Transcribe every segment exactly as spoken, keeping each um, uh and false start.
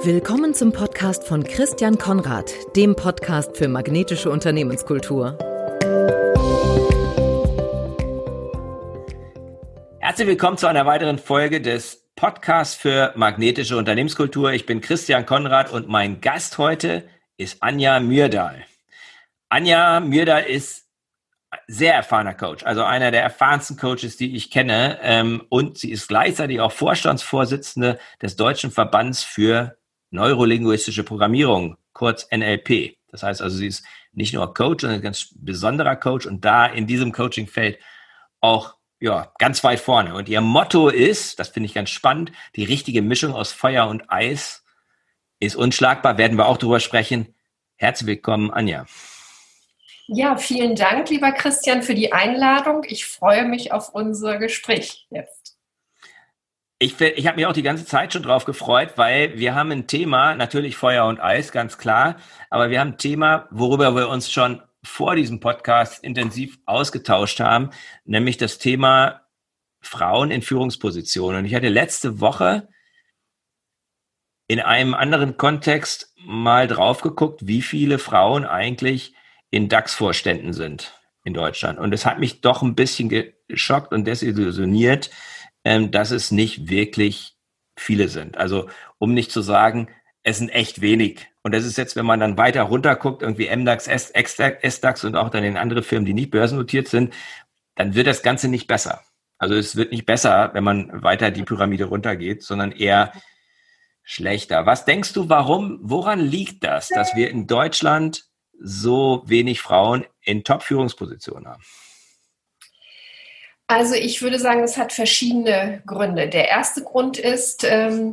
Willkommen zum Podcast von Christian Konrad, dem Podcast für magnetische Unternehmenskultur. Herzlich willkommen zu einer weiteren Folge des Podcasts für magnetische Unternehmenskultur. Ich bin Christian Konrad und mein Gast heute ist Anja Myrdal. Anja Myrdal ist sehr erfahrener Coach, also einer der erfahrensten Coaches, die ich kenne. Ähm, und sie ist gleichzeitig auch Vorstandsvorsitzende des Deutschen Verbands für neurolinguistische Programmierung, kurz N L P. Das heißt also, sie ist nicht nur Coach, sondern ein ganz besonderer Coach und da in diesem Coachingfeld auch ja, ganz weit vorne. Und ihr Motto ist, das finde ich ganz spannend, die richtige Mischung aus Feuer und Eis ist unschlagbar, werden wir auch drüber sprechen. Herzlich willkommen, Anja. Ja, vielen Dank, lieber Christian, für die Einladung. Ich freue mich auf unser Gespräch jetzt. Ich, ich habe mich auch die ganze Zeit schon drauf gefreut, weil wir haben ein Thema, natürlich Feuer und Eis, ganz klar, aber wir haben ein Thema, worüber wir uns schon vor diesem Podcast intensiv ausgetauscht haben, nämlich das Thema Frauen in Führungspositionen. Und ich hatte letzte Woche in einem anderen Kontext mal drauf geguckt, wie viele Frauen eigentlich in DAX-Vorständen sind in Deutschland. Und es hat mich doch ein bisschen geschockt und desillusioniert, dass es nicht wirklich viele sind. Also um nicht zu sagen, es sind echt wenig. Und das ist jetzt, wenn man dann weiter runter guckt, irgendwie M DAX, S DAX und auch dann in andere Firmen, die nicht börsennotiert sind, dann wird das Ganze nicht besser. Also es wird nicht besser, wenn man weiter die Pyramide runtergeht, sondern eher schlechter. Was denkst du, warum, woran liegt das, dass wir in Deutschland so wenig Frauen in Top-Führungspositionen haben? Also ich würde sagen, es hat verschiedene Gründe. Der erste Grund ist,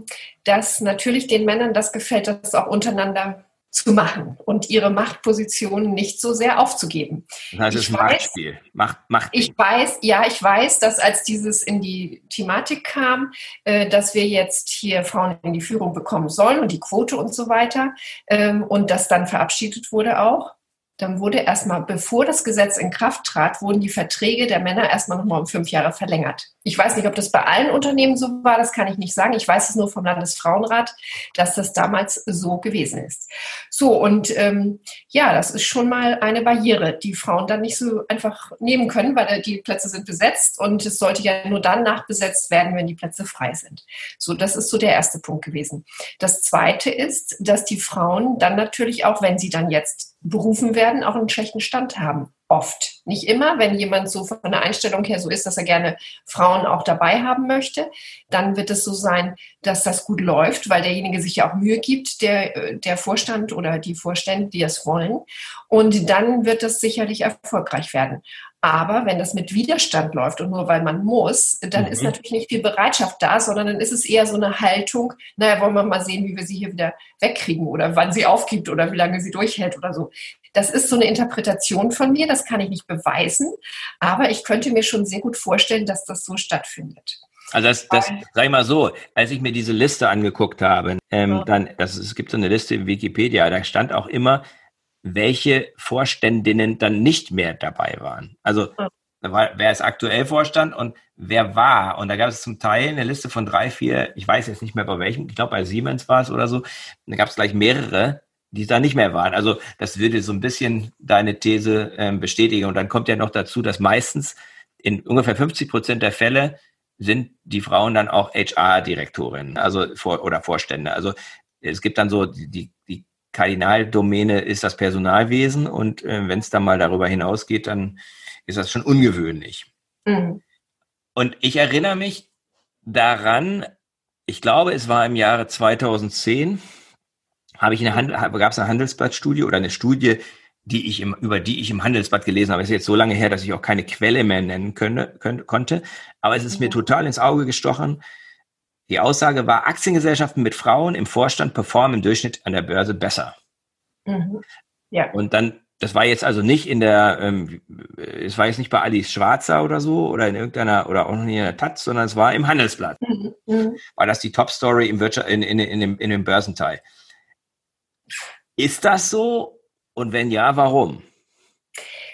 dass natürlich den Männern das gefällt, das auch untereinander zu machen und ihre Machtpositionen nicht so sehr aufzugeben. Das heißt, es ist ein Machtspiel. Macht, Macht ich weiß, ja, ich weiß, dass als dieses in die Thematik kam, dass wir jetzt hier Frauen in die Führung bekommen sollen und die Quote und so weiter und das dann verabschiedet wurde auch. Dann wurde erstmal, bevor das Gesetz in Kraft trat, wurden die Verträge der Männer erstmal nochmal um fünf Jahre verlängert. Ich weiß nicht, ob das bei allen Unternehmen so war, das kann ich nicht sagen. Ich weiß es nur vom Landesfrauenrat, dass das damals so gewesen ist. So, und ähm, ja, das ist schon mal eine Barriere, die Frauen dann nicht so einfach nehmen können, weil die Plätze sind besetzt und es sollte ja nur dann nachbesetzt werden, wenn die Plätze frei sind. So, das ist so der erste Punkt gewesen. Das zweite ist, dass die Frauen dann natürlich auch, wenn sie dann jetzt berufen werden, auch einen schlechten Stand haben. Oft. Nicht immer. Wenn jemand so von der Einstellung her so ist, dass er gerne Frauen auch dabei haben möchte, dann wird es so sein, dass das gut läuft, weil derjenige sich ja auch Mühe gibt, der, der Vorstand oder die Vorstände, die es wollen. Und dann wird es sicherlich erfolgreich werden. Aber wenn das mit Widerstand läuft und nur weil man muss, dann mhm. ist natürlich nicht viel Bereitschaft da, sondern dann ist es eher so eine Haltung, naja, wollen wir mal sehen, wie wir sie hier wieder wegkriegen oder wann sie aufgibt oder wie lange sie durchhält oder so. Das ist so eine Interpretation von mir, das kann ich nicht beweisen, aber ich könnte mir schon sehr gut vorstellen, dass das so stattfindet. Also das, das sag ich mal so, als ich mir diese Liste angeguckt habe, ähm, ja. dann, das, es gibt so eine Liste in Wikipedia, da stand auch immer, welche Vorständinnen dann nicht mehr dabei waren. Also ja. wer ist aktuell Vorstand und wer war. Und da gab es zum Teil eine Liste von drei, vier, ich weiß jetzt nicht mehr bei welchem, ich glaube bei Siemens war es oder so, und da gab es gleich mehrere, die da nicht mehr waren. Also das würde so ein bisschen deine These ähm, bestätigen. Und dann kommt ja noch dazu, dass meistens in ungefähr fünfzig Prozent der Fälle sind die Frauen dann auch H R-Direktorinnen, also vor, oder Vorstände. Also es gibt dann so die, die, die Kardinaldomäne ist das Personalwesen und äh, wenn es dann mal darüber hinausgeht, dann ist das schon ungewöhnlich. Mhm. Und ich erinnere mich daran, ich glaube, es war im Jahre zweitausendzehn, habe ich eine Hand, gab es eine Handelsblatt-Studie oder eine Studie, die ich im, über die ich im Handelsblatt gelesen habe. Es ist jetzt so lange her, dass ich auch keine Quelle mehr nennen könne, können, konnte, aber es ist ja. mir total ins Auge gestochen. Die Aussage war, Aktiengesellschaften mit Frauen im Vorstand performen im Durchschnitt an der Börse besser. Mhm. Ja. Und dann, das war jetzt also nicht in der, ähm, es war jetzt nicht bei Alice Schwarzer oder so oder in irgendeiner, oder auch nicht in der Taz, sondern es war im Handelsblatt. Mhm. Mhm. War das die Top-Story im Wirtschaft, in, in, in, dem, in dem Börsenteil. Ist das so? Und wenn ja, warum?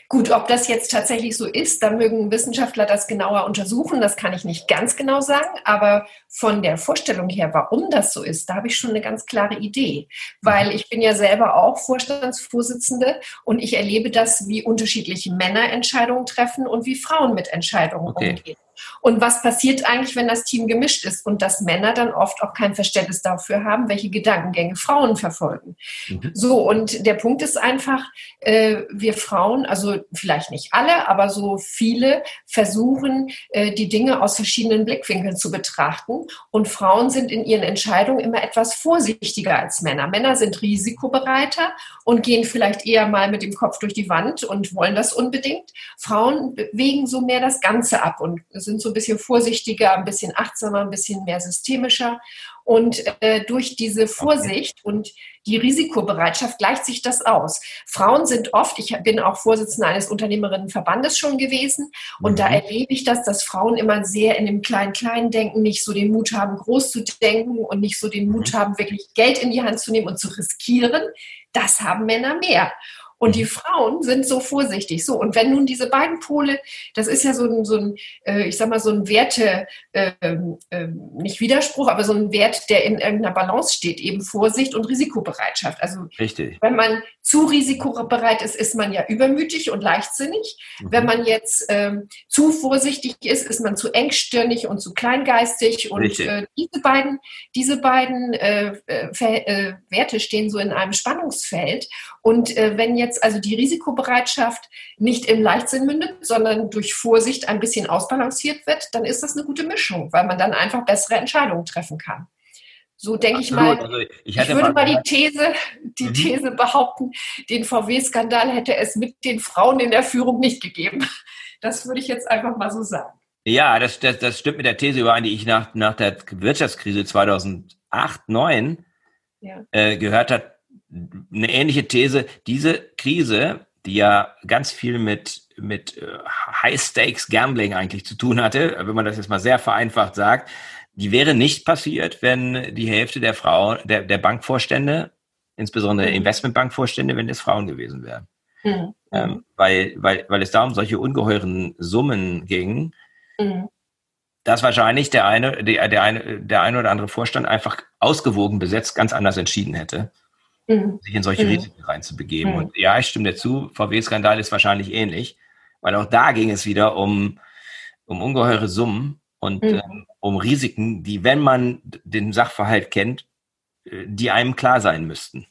Gut, ob das jetzt tatsächlich so ist, da mögen Wissenschaftler das genauer untersuchen, das kann ich nicht ganz genau sagen, aber von der Vorstellung her, warum das so ist, da habe ich schon eine ganz klare Idee, weil ich bin ja selber auch Vorstandsvorsitzende und ich erlebe das, wie unterschiedliche Männer Entscheidungen treffen und wie Frauen mit Entscheidungen Okay. umgehen. Und was passiert eigentlich, wenn das Team gemischt ist und dass Männer dann oft auch kein Verständnis dafür haben, welche Gedankengänge Frauen verfolgen? Mhm. So, und der Punkt ist einfach, äh, wir Frauen, also vielleicht nicht alle, aber so viele versuchen, äh, die Dinge aus verschiedenen Blickwinkeln zu betrachten. Und Frauen sind in ihren Entscheidungen immer etwas vorsichtiger als Männer. Männer sind risikobereiter und gehen vielleicht eher mal mit dem Kopf durch die Wand und wollen das unbedingt. Frauen bewegen so mehr das Ganze ab und sind so ein bisschen vorsichtiger, ein bisschen achtsamer, ein bisschen mehr systemischer. Und äh, durch diese Vorsicht und die Risikobereitschaft gleicht sich das aus. Frauen sind oft, ich bin auch Vorsitzende eines Unternehmerinnenverbandes schon gewesen, und mhm. da erlebe ich das, dass Frauen immer sehr in dem Klein-Klein denken, nicht so den Mut haben, groß zu denken und nicht so den Mut haben, wirklich Geld in die Hand zu nehmen und zu riskieren. Das haben Männer mehr. Und die Frauen sind so vorsichtig. So, und wenn nun diese beiden Pole, das ist ja so ein, so ein äh, ich sag mal, so ein Werte, äh, äh, nicht Widerspruch, aber so ein Wert, der in irgendeiner Balance steht, eben Vorsicht und Risikobereitschaft. Also Richtig. Wenn man zu risikobereit ist, ist man ja übermütig und leichtsinnig. Mhm. Wenn man jetzt ähm, zu vorsichtig ist, ist man zu engstirnig und zu kleingeistig. Und äh, diese beiden, diese beiden äh, äh, Werte stehen so in einem Spannungsfeld. Und äh, wenn jetzt also die Risikobereitschaft nicht im Leichtsinn mündet, sondern durch Vorsicht ein bisschen ausbalanciert wird, dann ist das eine gute Mischung, weil man dann einfach bessere Entscheidungen treffen kann. So denke ich mal, also ich, ich würde mal die These, die mhm. These behaupten, den V W-Skandal hätte es mit den Frauen in der Führung nicht gegeben. Das würde ich jetzt einfach mal so sagen. Ja, das, das, das stimmt mit der These überein, die ich nach, nach der Wirtschaftskrise zweitausendacht, neun ja. äh, gehört habe. Eine ähnliche These, diese Krise, die ja ganz viel mit, mit High-Stakes-Gambling eigentlich zu tun hatte, wenn man das jetzt mal sehr vereinfacht sagt, die wäre nicht passiert, wenn die Hälfte der Frauen, der, der Bankvorstände, insbesondere mhm. Investmentbankvorstände, wenn das Frauen gewesen wären. Mhm. Ähm, weil, weil, weil es da um solche ungeheuren Summen ging, mhm. dass wahrscheinlich der eine, der, der eine, der eine oder andere Vorstand einfach ausgewogen besetzt ganz anders entschieden hätte, mhm. sich in solche mhm. Risiken reinzubegeben. Mhm. Und ja, ich stimme dir zu, V W-Skandal ist wahrscheinlich ähnlich, weil auch da ging es wieder um, um ungeheure Summen und mhm. ähm, um Risiken, die, wenn man den Sachverhalt kennt, die einem klar sein müssten.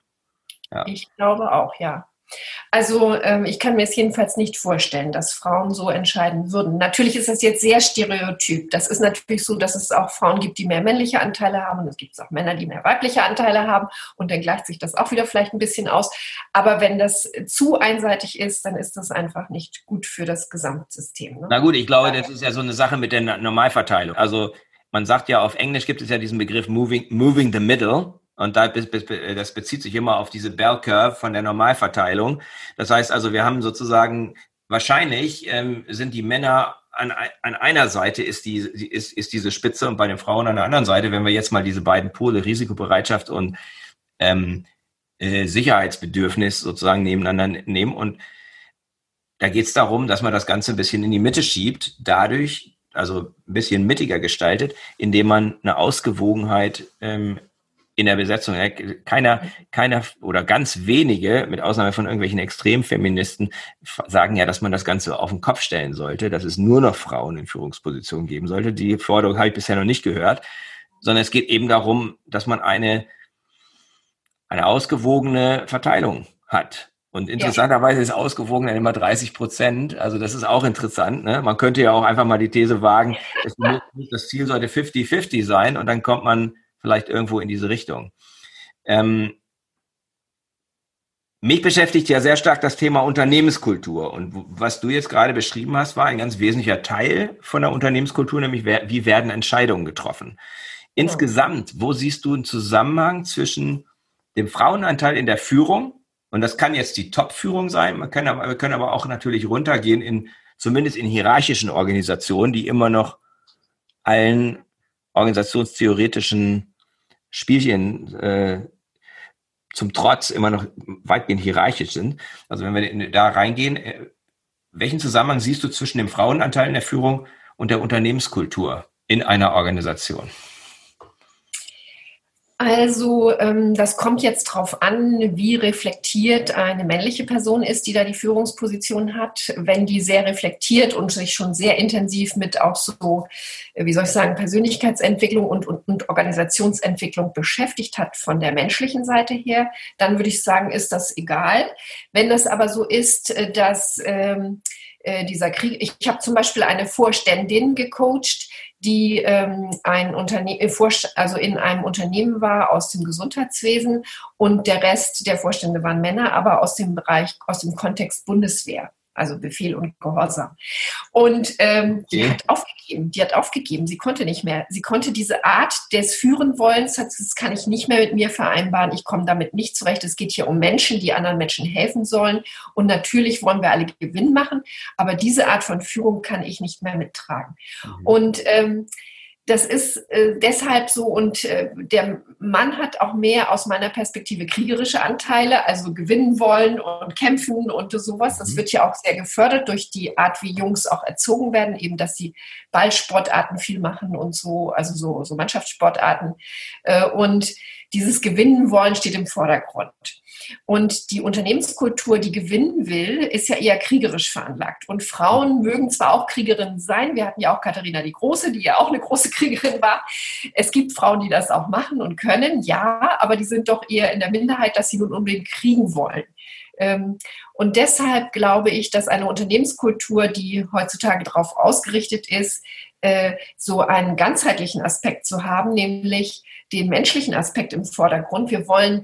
Ja. Ich glaube auch, ja. Also ähm, ich kann mir es jedenfalls nicht vorstellen, dass Frauen so entscheiden würden. Natürlich ist das jetzt sehr stereotyp. Das ist natürlich so, dass es auch Frauen gibt, die mehr männliche Anteile haben, und es gibt auch Männer, die mehr weibliche Anteile haben, und dann gleicht sich das auch wieder vielleicht ein bisschen aus. Aber wenn das zu einseitig ist, dann ist das einfach nicht gut für das Gesamtsystem. Ne? Na gut, ich glaube, das ist ja so eine Sache mit der Normalverteilung. Also man sagt ja, auf Englisch gibt es ja diesen Begriff moving, moving the middle. Und das bezieht sich immer auf diese Bell Curve von der Normalverteilung. Das heißt also, wir haben sozusagen, wahrscheinlich ähm, sind die Männer an, an einer Seite ist, die, ist, ist diese Spitze und bei den Frauen an der anderen Seite, wenn wir jetzt mal diese beiden Pole, Risikobereitschaft und ähm, äh, Sicherheitsbedürfnis sozusagen nebeneinander nehmen. Und da geht es darum, dass man das Ganze ein bisschen in die Mitte schiebt, dadurch, also ein bisschen mittiger gestaltet, indem man eine Ausgewogenheit ähm, in der Besetzung, keiner, keiner oder ganz wenige, mit Ausnahme von irgendwelchen Extremfeministen, sagen ja, dass man das Ganze auf den Kopf stellen sollte, dass es nur noch Frauen in Führungspositionen geben sollte. Die Forderung habe ich bisher noch nicht gehört, sondern es geht eben darum, dass man eine, eine ausgewogene Verteilung hat. Und interessanterweise ist ausgewogen dann immer dreißig Prozent. Also das ist auch interessant. Ne? Man könnte ja auch einfach mal die These wagen, das Ziel sollte fifty fifty sein, und dann kommt man vielleicht irgendwo in diese Richtung. Ähm, mich beschäftigt ja sehr stark das Thema Unternehmenskultur. Und was du jetzt gerade beschrieben hast, war ein ganz wesentlicher Teil von der Unternehmenskultur, nämlich wie werden Entscheidungen getroffen. Insgesamt, wo siehst du einen Zusammenhang zwischen dem Frauenanteil in der Führung, und das kann jetzt die Top-Führung sein, man kann aber, wir können aber auch natürlich runtergehen, in zumindest in hierarchischen Organisationen, die immer noch allen organisationstheoretischen Spielchen äh, zum Trotz immer noch weitgehend hierarchisch sind. Also wenn wir da reingehen, welchen Zusammenhang siehst du zwischen dem Frauenanteil in der Führung und der Unternehmenskultur in einer Organisation? Also ähm, das kommt jetzt drauf an, wie reflektiert eine männliche Person ist, die da die Führungsposition hat. Wenn die sehr reflektiert und sich schon sehr intensiv mit auch so, wie soll ich sagen, Persönlichkeitsentwicklung und, und, und Organisationsentwicklung beschäftigt hat von der menschlichen Seite her, dann würde ich sagen, ist das egal. Wenn das aber so ist, dass ähm, äh, dieser Krieg, ich, ich habe zum Beispiel eine Vorständin gecoacht, die ähm, ein Unternehmen, also in einem Unternehmen war aus dem Gesundheitswesen und der Rest der Vorstände waren Männer, aber aus dem Bereich, aus dem Kontext Bundeswehr, also Befehl und Gehorsam. Und ähm, die hat aufgegeben, die hat aufgegeben, sie konnte nicht mehr, sie konnte diese Art des Führenwollens, das kann ich nicht mehr mit mir vereinbaren, ich komme damit nicht zurecht, es geht hier um Menschen, die anderen Menschen helfen sollen und natürlich wollen wir alle Gewinn machen, aber diese Art von Führung kann ich nicht mehr mittragen. Mhm. Und ähm, das ist äh, deshalb so und äh, der Mann hat auch mehr aus meiner Perspektive kriegerische Anteile, also gewinnen wollen und kämpfen und sowas. Das wird ja auch sehr gefördert durch die Art, wie Jungs auch erzogen werden, eben, dass sie Ballsportarten viel machen und so, also so, so Mannschaftssportarten. Äh, und dieses Gewinnen wollen steht im Vordergrund. Und die Unternehmenskultur, die gewinnen will, ist ja eher kriegerisch veranlagt. Und Frauen mögen zwar auch Kriegerinnen sein, wir hatten ja auch Katharina die Große, die ja auch eine große Kriegerin war. Es gibt Frauen, die das auch machen und können, ja, aber die sind doch eher in der Minderheit, dass sie nun unbedingt kriegen wollen. Und deshalb glaube ich, dass eine Unternehmenskultur, die heutzutage darauf ausgerichtet ist, so einen ganzheitlichen Aspekt zu haben, nämlich den menschlichen Aspekt im Vordergrund. Wir wollen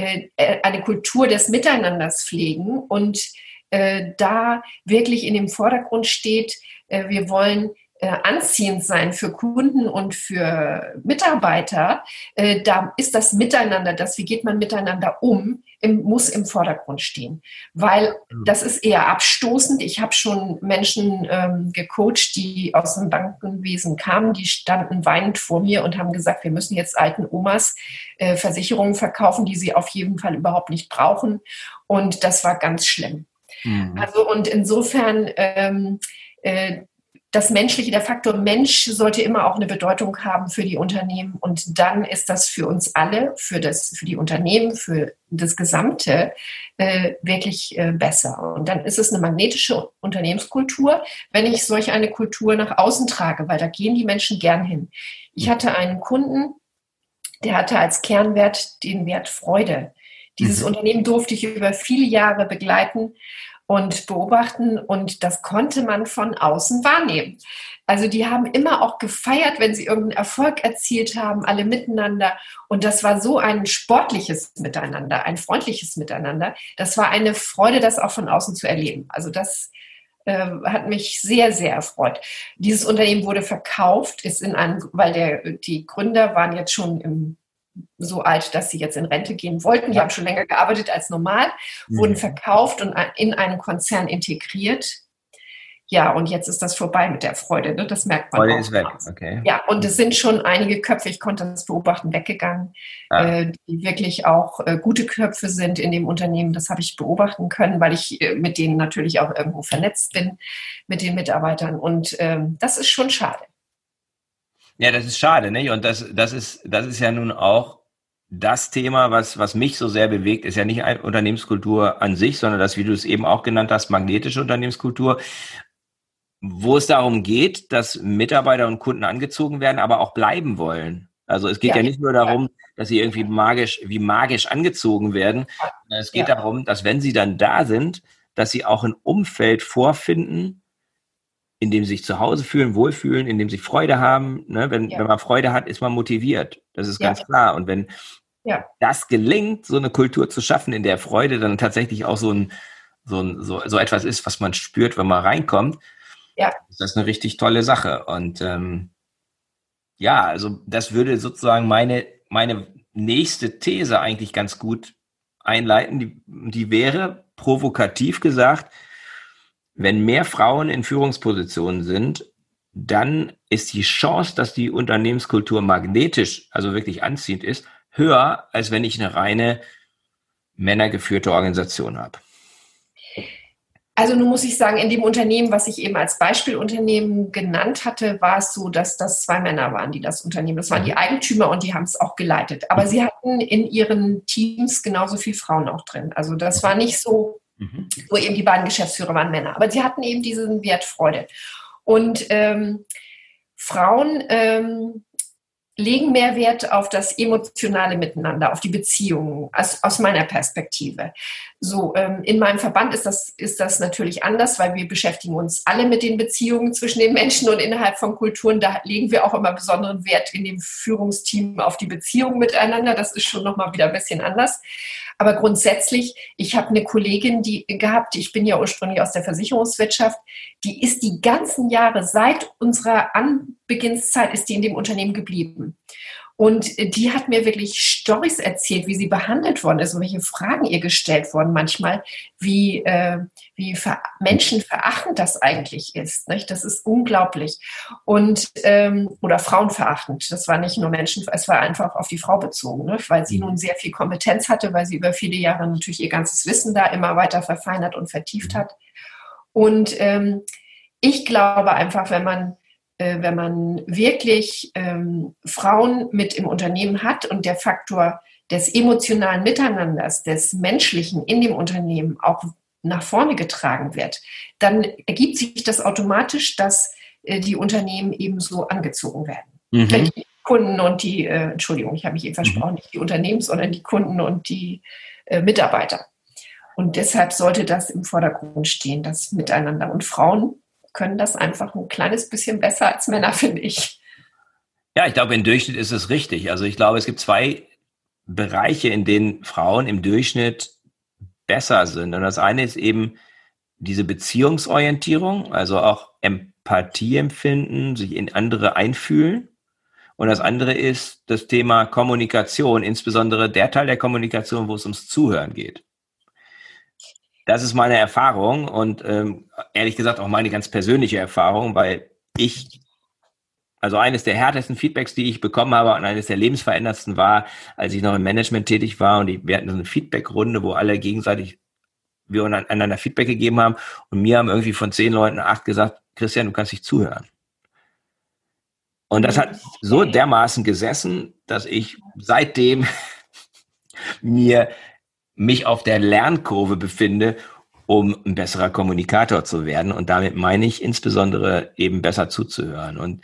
eine Kultur des Miteinanders pflegen und äh, da wirklich in dem Vordergrund steht, äh, wir wollen äh, anziehend sein für Kunden und für Mitarbeiter. Äh, da ist das Miteinander, das, wie geht man miteinander um, im, muss im Vordergrund stehen. Weil das ist eher abstoßend. Ich habe schon Menschen ähm, gecoacht, die aus dem Bankenwesen kamen, die standen weinend vor mir und haben gesagt, wir müssen jetzt alten Omas äh, Versicherungen verkaufen, die sie auf jeden Fall überhaupt nicht brauchen. Und das war ganz schlimm. Mhm. Also und insofern ähm, äh, das Menschliche, der Faktor Mensch sollte immer auch eine Bedeutung haben für die Unternehmen und dann ist das für uns alle, für, das, für die Unternehmen, für das Gesamte äh, wirklich äh, besser. Und dann ist es eine magnetische Unternehmenskultur, wenn ich solch eine Kultur nach außen trage, weil da gehen die Menschen gern hin. Ich hatte einen Kunden, der hatte als Kernwert den Wert Freude. Dieses mhm. Unternehmen durfte ich über viele Jahre begleiten und beobachten und das konnte man von außen wahrnehmen. Also die haben immer auch gefeiert, wenn sie irgendeinen Erfolg erzielt haben, alle miteinander und das war so ein sportliches Miteinander, ein freundliches Miteinander. Das war eine Freude, das auch von außen zu erleben. Also das äh, hat mich sehr, sehr erfreut. Dieses Unternehmen wurde verkauft, ist in einem, weil der, die Gründer waren jetzt schon im so alt, dass sie jetzt in Rente gehen wollten. Die haben schon länger gearbeitet als normal, mhm. wurden verkauft und in einen Konzern integriert. Ja, und jetzt ist das vorbei mit der Freude. Ne? Das merkt man. Freude auch. ist weg, okay. Ja, und es sind schon einige Köpfe, ich konnte das beobachten, weggegangen, ah. äh, die wirklich auch äh, gute Köpfe sind in dem Unternehmen. Das habe ich beobachten können, weil ich äh, mit denen natürlich auch irgendwo vernetzt bin, mit den Mitarbeitern. Und ähm, das ist schon schade. Ja, das ist schade, nicht? Und das, das ist, das ist ja nun auch das Thema, was, was mich so sehr bewegt, ist ja nicht eine Unternehmenskultur an sich, sondern das, wie du es eben auch genannt hast, magnetische Unternehmenskultur, wo es darum geht, dass Mitarbeiter und Kunden angezogen werden, aber auch bleiben wollen. Also es geht ja, ja nicht nur darum, dass sie irgendwie magisch, wie magisch angezogen werden. Es geht ja. darum, dass wenn sie dann da sind, dass sie auch ein Umfeld vorfinden, in dem sie sich zu Hause fühlen, wohlfühlen, in dem sie Freude haben. Ne? Wenn, ja. wenn man Freude hat, ist man motiviert. Das ist ganz ja. klar. Und wenn ja. das gelingt, so eine Kultur zu schaffen, in der Freude dann tatsächlich auch so ein, so ein, so, so etwas ist, was man spürt, wenn man reinkommt, ja. ist das eine richtig tolle Sache. Und ähm, ja, also das würde sozusagen meine, meine nächste These eigentlich ganz gut einleiten. Die, die wäre, provokativ gesagt, wenn mehr Frauen in Führungspositionen sind, dann ist die Chance, dass die Unternehmenskultur magnetisch, also wirklich anziehend ist, höher, als wenn ich eine reine männergeführte Organisation habe? Also nun muss ich sagen, in dem Unternehmen, was ich eben als Beispielunternehmen genannt hatte, war es so, dass das zwei Männer waren, die das Unternehmen, das waren die Eigentümer und die haben es auch geleitet. Aber sie hatten in ihren Teams genauso viele Frauen auch drin. Also das war nicht so, mhm. wo eben die beiden Geschäftsführer waren Männer. Aber sie hatten eben diesen Wert Freude. Und ähm, Frauen ähm, legen mehr Wert auf das emotionale Miteinander, auf die Beziehungen, aus, aus meiner Perspektive. So, ähm, in meinem Verband ist das, ist das natürlich anders, weil wir beschäftigen uns alle mit den Beziehungen zwischen den Menschen und innerhalb von Kulturen. Da legen wir auch immer besonderen Wert in dem Führungsteam auf die Beziehungen miteinander. Das ist schon nochmal wieder ein bisschen anders. Aber grundsätzlich, ich habe eine Kollegin die gehabt, ich bin ja ursprünglich aus der Versicherungswirtschaft, die ist die ganzen Jahre, seit unserer Anbeginnszeit, ist die in dem Unternehmen geblieben. Und die hat mir wirklich Storys erzählt, wie sie behandelt worden ist und welche Fragen ihr gestellt wurden manchmal, wie, äh, wie ver- menschenverachtend das eigentlich ist. Nicht? Das ist unglaublich. Und, ähm, oder frauenverachtend. Das war nicht nur Menschen, es war einfach auf die Frau bezogen, ne? Weil sie nun sehr viel Kompetenz hatte, weil sie über viele Jahre natürlich ihr ganzes Wissen da immer weiter verfeinert und vertieft hat. Und ähm, ich glaube einfach, wenn man wenn man wirklich ähm, Frauen mit im Unternehmen hat und der Faktor des emotionalen Miteinanders, des Menschlichen in dem Unternehmen auch nach vorne getragen wird, dann ergibt sich das automatisch, dass äh, die Unternehmen eben so angezogen werden. Mhm. Die Kunden und die, äh, Entschuldigung, ich habe mich eben versprochen, mhm. nicht die Unternehmen, sondern die Kunden und die äh, Mitarbeiter. Und deshalb sollte das im Vordergrund stehen, das Miteinander. Und Frauen können das einfach ein kleines bisschen besser als Männer, finde ich. Ja, ich glaube, im Durchschnitt ist es richtig. Also ich glaube, es gibt zwei Bereiche, in denen Frauen im Durchschnitt besser sind. Und das eine ist eben diese Beziehungsorientierung, also auch Empathie empfinden, sich in andere einfühlen. Und das andere ist das Thema Kommunikation, insbesondere der Teil der Kommunikation, wo es ums Zuhören geht. Das ist meine Erfahrung und ähm, ehrlich gesagt auch meine ganz persönliche Erfahrung, weil ich, also eines der härtesten Feedbacks, die ich bekommen habe und eines der lebensveränderndsten war, als ich noch im Management tätig war und wir hatten so eine Feedback-Runde, wo alle gegenseitig wir einander Feedback gegeben haben und mir haben irgendwie von zehn Leuten acht gesagt, Christian, du kannst nicht zuhören. Und das hat so dermaßen gesessen, dass ich seitdem mir mich auf der Lernkurve befinde, um ein besserer Kommunikator zu werden. Und damit meine ich insbesondere eben besser zuzuhören. Und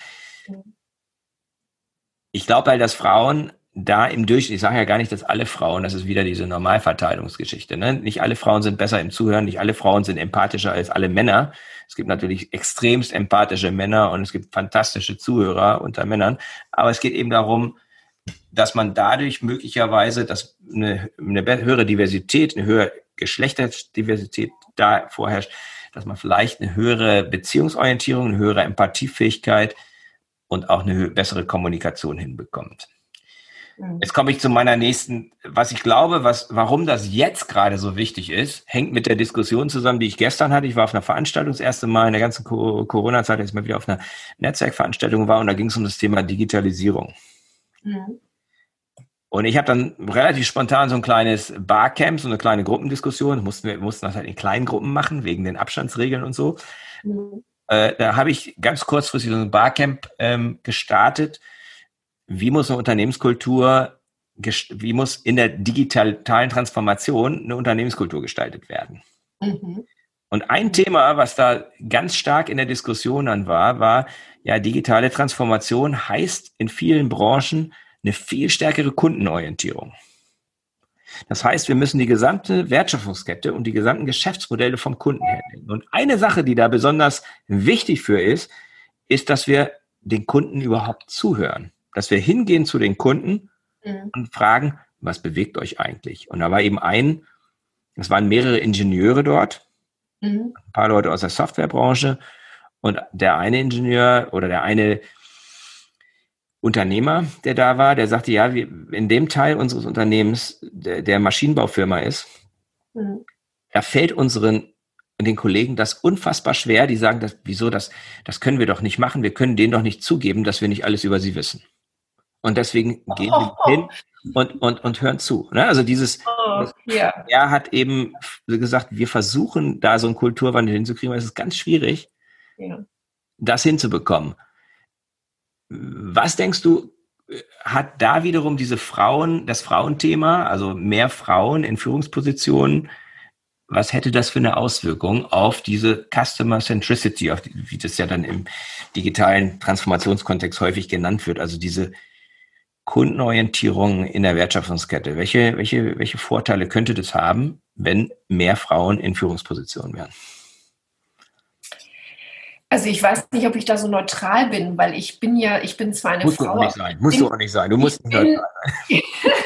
ich glaube halt, dass Frauen da im Durchschnitt, ich sage ja gar nicht, dass alle Frauen, das ist wieder diese Normalverteilungsgeschichte, ne? Nicht alle Frauen sind besser im Zuhören, nicht alle Frauen sind empathischer als alle Männer. Es gibt natürlich extremst empathische Männer und es gibt fantastische Zuhörer unter Männern. Aber es geht eben darum, dass man dadurch möglicherweise dass eine, eine höhere Diversität, eine höhere Geschlechterdiversität da vorherrscht, dass man vielleicht eine höhere Beziehungsorientierung, eine höhere Empathiefähigkeit und auch eine bessere Kommunikation hinbekommt. Mhm. Jetzt komme ich zu meiner nächsten, was ich glaube, was, warum das jetzt gerade so wichtig ist, hängt mit der Diskussion zusammen, die ich gestern hatte. Ich war auf einer Veranstaltung das erste Mal in der ganzen Corona-Zeit, jetzt mal wieder auf einer Netzwerkveranstaltung war und da ging es um das Thema Digitalisierung. Mhm. Und ich habe dann relativ spontan so ein kleines Barcamp, so eine kleine Gruppendiskussion. Mussten wir mussten das halt in kleinen Gruppen machen, wegen den Abstandsregeln und so. Mhm. Äh, da habe ich ganz kurzfristig so ein Barcamp ähm, gestartet. Wie muss eine Unternehmenskultur, wie muss in der digitalen Transformation eine Unternehmenskultur gestaltet werden? Mhm. Und ein Thema, was da ganz stark in der Diskussion dann war, war, ja, digitale Transformation heißt in vielen Branchen eine viel stärkere Kundenorientierung. Das heißt, wir müssen die gesamte Wertschöpfungskette und die gesamten Geschäftsmodelle vom Kunden her nehmen. Und eine Sache, die da besonders wichtig für ist, ist, dass wir den Kunden überhaupt zuhören. Dass wir hingehen zu den Kunden mhm. und fragen, was bewegt euch eigentlich? Und da war eben ein, es waren mehrere Ingenieure dort, mhm. ein paar Leute aus der Softwarebranche und der eine Ingenieur oder der eine Unternehmer, der da war, der sagte, ja, wir, in dem Teil unseres Unternehmens, der, der Maschinenbaufirma ist, mhm. da fällt unseren den Kollegen das unfassbar schwer. Die sagen, das, wieso, das, das können wir doch nicht machen. Wir können denen doch nicht zugeben, dass wir nicht alles über sie wissen. Und deswegen gehen wir hin und, und, und hören zu. Ne? Also dieses, oh, ja. er hat eben gesagt, wir versuchen da so einen Kulturwandel hinzukriegen, weil es ist ganz schwierig, ja. das hinzubekommen. Was denkst du, hat da wiederum diese Frauen, das Frauenthema, also mehr Frauen in Führungspositionen, was hätte das für eine Auswirkung auf diese Customer Centricity, auf die, wie das ja dann im digitalen Transformationskontext häufig genannt wird, also diese Kundenorientierung in der Wertschöpfungskette? Welche, welche, welche Vorteile könnte das haben, wenn mehr Frauen in Führungspositionen wären? Also ich weiß nicht, ob ich da so neutral bin, weil ich bin ja, ich bin zwar eine Musst Frau. Musst du auch nicht sein. Musst du auch nicht sein. Du musst nicht neutral sein.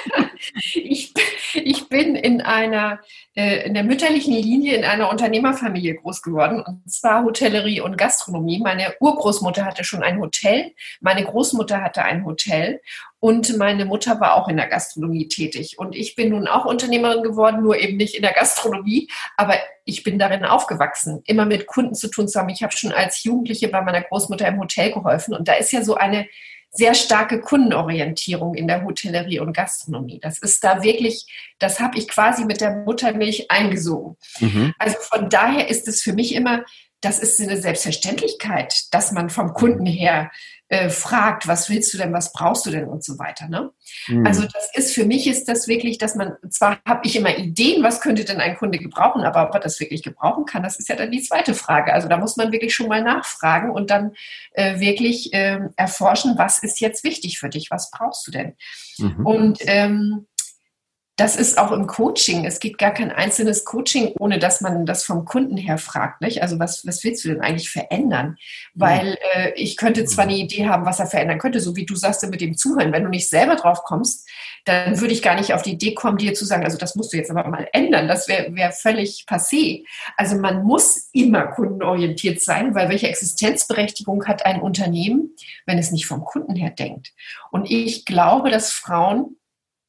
ich, ich bin in einer, äh, in der mütterlichen Linie in einer Unternehmerfamilie groß geworden, und zwar Hotellerie und Gastronomie. Meine Urgroßmutter hatte schon ein Hotel, meine Großmutter hatte ein Hotel und meine Mutter war auch in der Gastronomie tätig. Und ich bin nun auch Unternehmerin geworden, nur eben nicht in der Gastronomie, aber ich bin darin aufgewachsen, immer mit Kunden zu tun zu haben. Ich habe schon als Jugendliche bei meiner Großmutter im Hotel geholfen, und da ist ja so eine sehr starke Kundenorientierung in der Hotellerie und Gastronomie. Das ist da wirklich, das habe ich quasi mit der Muttermilch eingesogen. Mhm. Also von daher ist es für mich immer, das ist eine Selbstverständlichkeit, dass man vom Kunden her äh, fragt, was willst du denn, was brauchst du denn und so weiter. Ne? Mhm. Also das ist, für mich ist das wirklich, dass man, zwar habe ich immer Ideen, was könnte denn ein Kunde gebrauchen, aber ob er das wirklich gebrauchen kann, das ist ja dann die zweite Frage. Also da muss man wirklich schon mal nachfragen und dann äh, wirklich äh, erforschen, was ist jetzt wichtig für dich, was brauchst du denn? Mhm. Und ähm, das ist auch im Coaching. Es gibt gar kein einzelnes Coaching, ohne dass man das vom Kunden her fragt. Nicht? Also was, was willst du denn eigentlich verändern? Weil äh, ich könnte zwar eine Idee haben, was er verändern könnte, so wie du sagst mit dem Zuhören. Wenn du nicht selber drauf kommst, dann würde ich gar nicht auf die Idee kommen, dir zu sagen, also das musst du jetzt aber mal ändern. Das wäre wär völlig passé. Also man muss immer kundenorientiert sein, weil welche Existenzberechtigung hat ein Unternehmen, wenn es nicht vom Kunden her denkt? Und ich glaube, dass Frauen,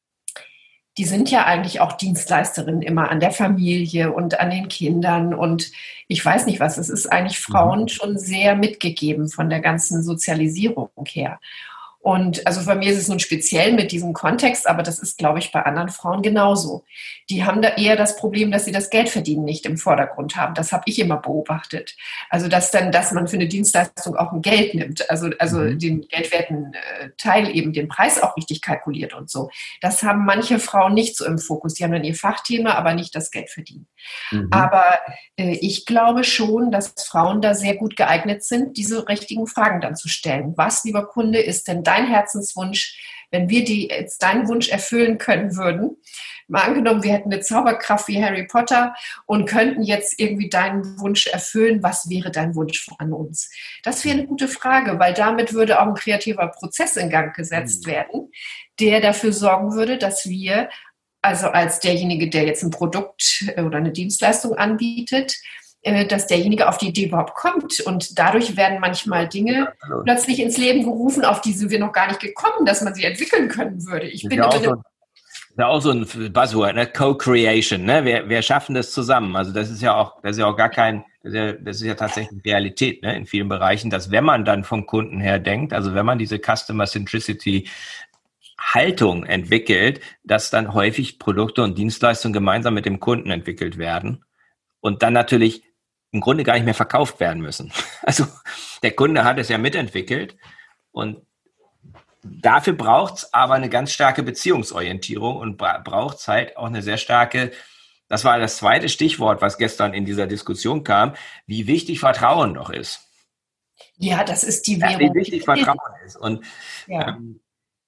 die sind ja eigentlich auch Dienstleisterinnen immer an der Familie und an den Kindern und ich weiß nicht was. Es ist eigentlich Frauen schon sehr mitgegeben von der ganzen Sozialisierung her. Und also bei mir ist es nun speziell mit diesem Kontext, aber das ist, glaube ich, bei anderen Frauen genauso. Die haben da eher das Problem, dass sie das Geldverdienen nicht im Vordergrund haben. Das habe ich immer beobachtet. Also dass dann, dass man für eine Dienstleistung auch ein Geld nimmt, also, also mhm. den geldwerten äh, Teil eben, den Preis auch richtig kalkuliert und so. Das haben manche Frauen nicht so im Fokus. Die haben dann ihr Fachthema, aber nicht das Geldverdienen. Mhm. Aber äh, ich glaube schon, dass Frauen da sehr gut geeignet sind, diese richtigen Fragen dann zu stellen. Was, lieber Kunde, ist denn dein Herzenswunsch, wenn wir die jetzt deinen Wunsch erfüllen können würden? Mal angenommen, wir hätten eine Zauberkraft wie Harry Potter und könnten jetzt irgendwie deinen Wunsch erfüllen. Was wäre dein Wunsch an uns? Das wäre eine gute Frage, weil damit würde auch ein kreativer Prozess in Gang gesetzt werden, der dafür sorgen würde, dass wir, also als derjenige, der jetzt ein Produkt oder eine Dienstleistung anbietet, dass derjenige auf die Idee überhaupt kommt. Und dadurch werden manchmal Dinge ja, plötzlich ins Leben gerufen, auf die sind wir noch gar nicht gekommen, dass man sie entwickeln können würde. Ich bin ja auch, so, ja auch so ein Buzzword, ne? Co-Creation. Ne? Wir, wir schaffen das zusammen. Also das ist ja auch, das ist ja auch gar kein, das ist ja, das ist ja tatsächlich Realität, ne? In vielen Bereichen, dass wenn man dann vom Kunden her denkt, also wenn man diese Customer Centricity Haltung entwickelt, dass dann häufig Produkte und Dienstleistungen gemeinsam mit dem Kunden entwickelt werden und dann natürlich im Grunde gar nicht mehr verkauft werden müssen. Also der Kunde hat es ja mitentwickelt und dafür braucht es aber eine ganz starke Beziehungsorientierung und braucht es halt auch eine sehr starke, das war das zweite Stichwort, was gestern in dieser Diskussion kam, wie wichtig Vertrauen noch ist. Ja, das ist die Währung. Ja, wie wichtig Vertrauen ist. Und ja. ähm,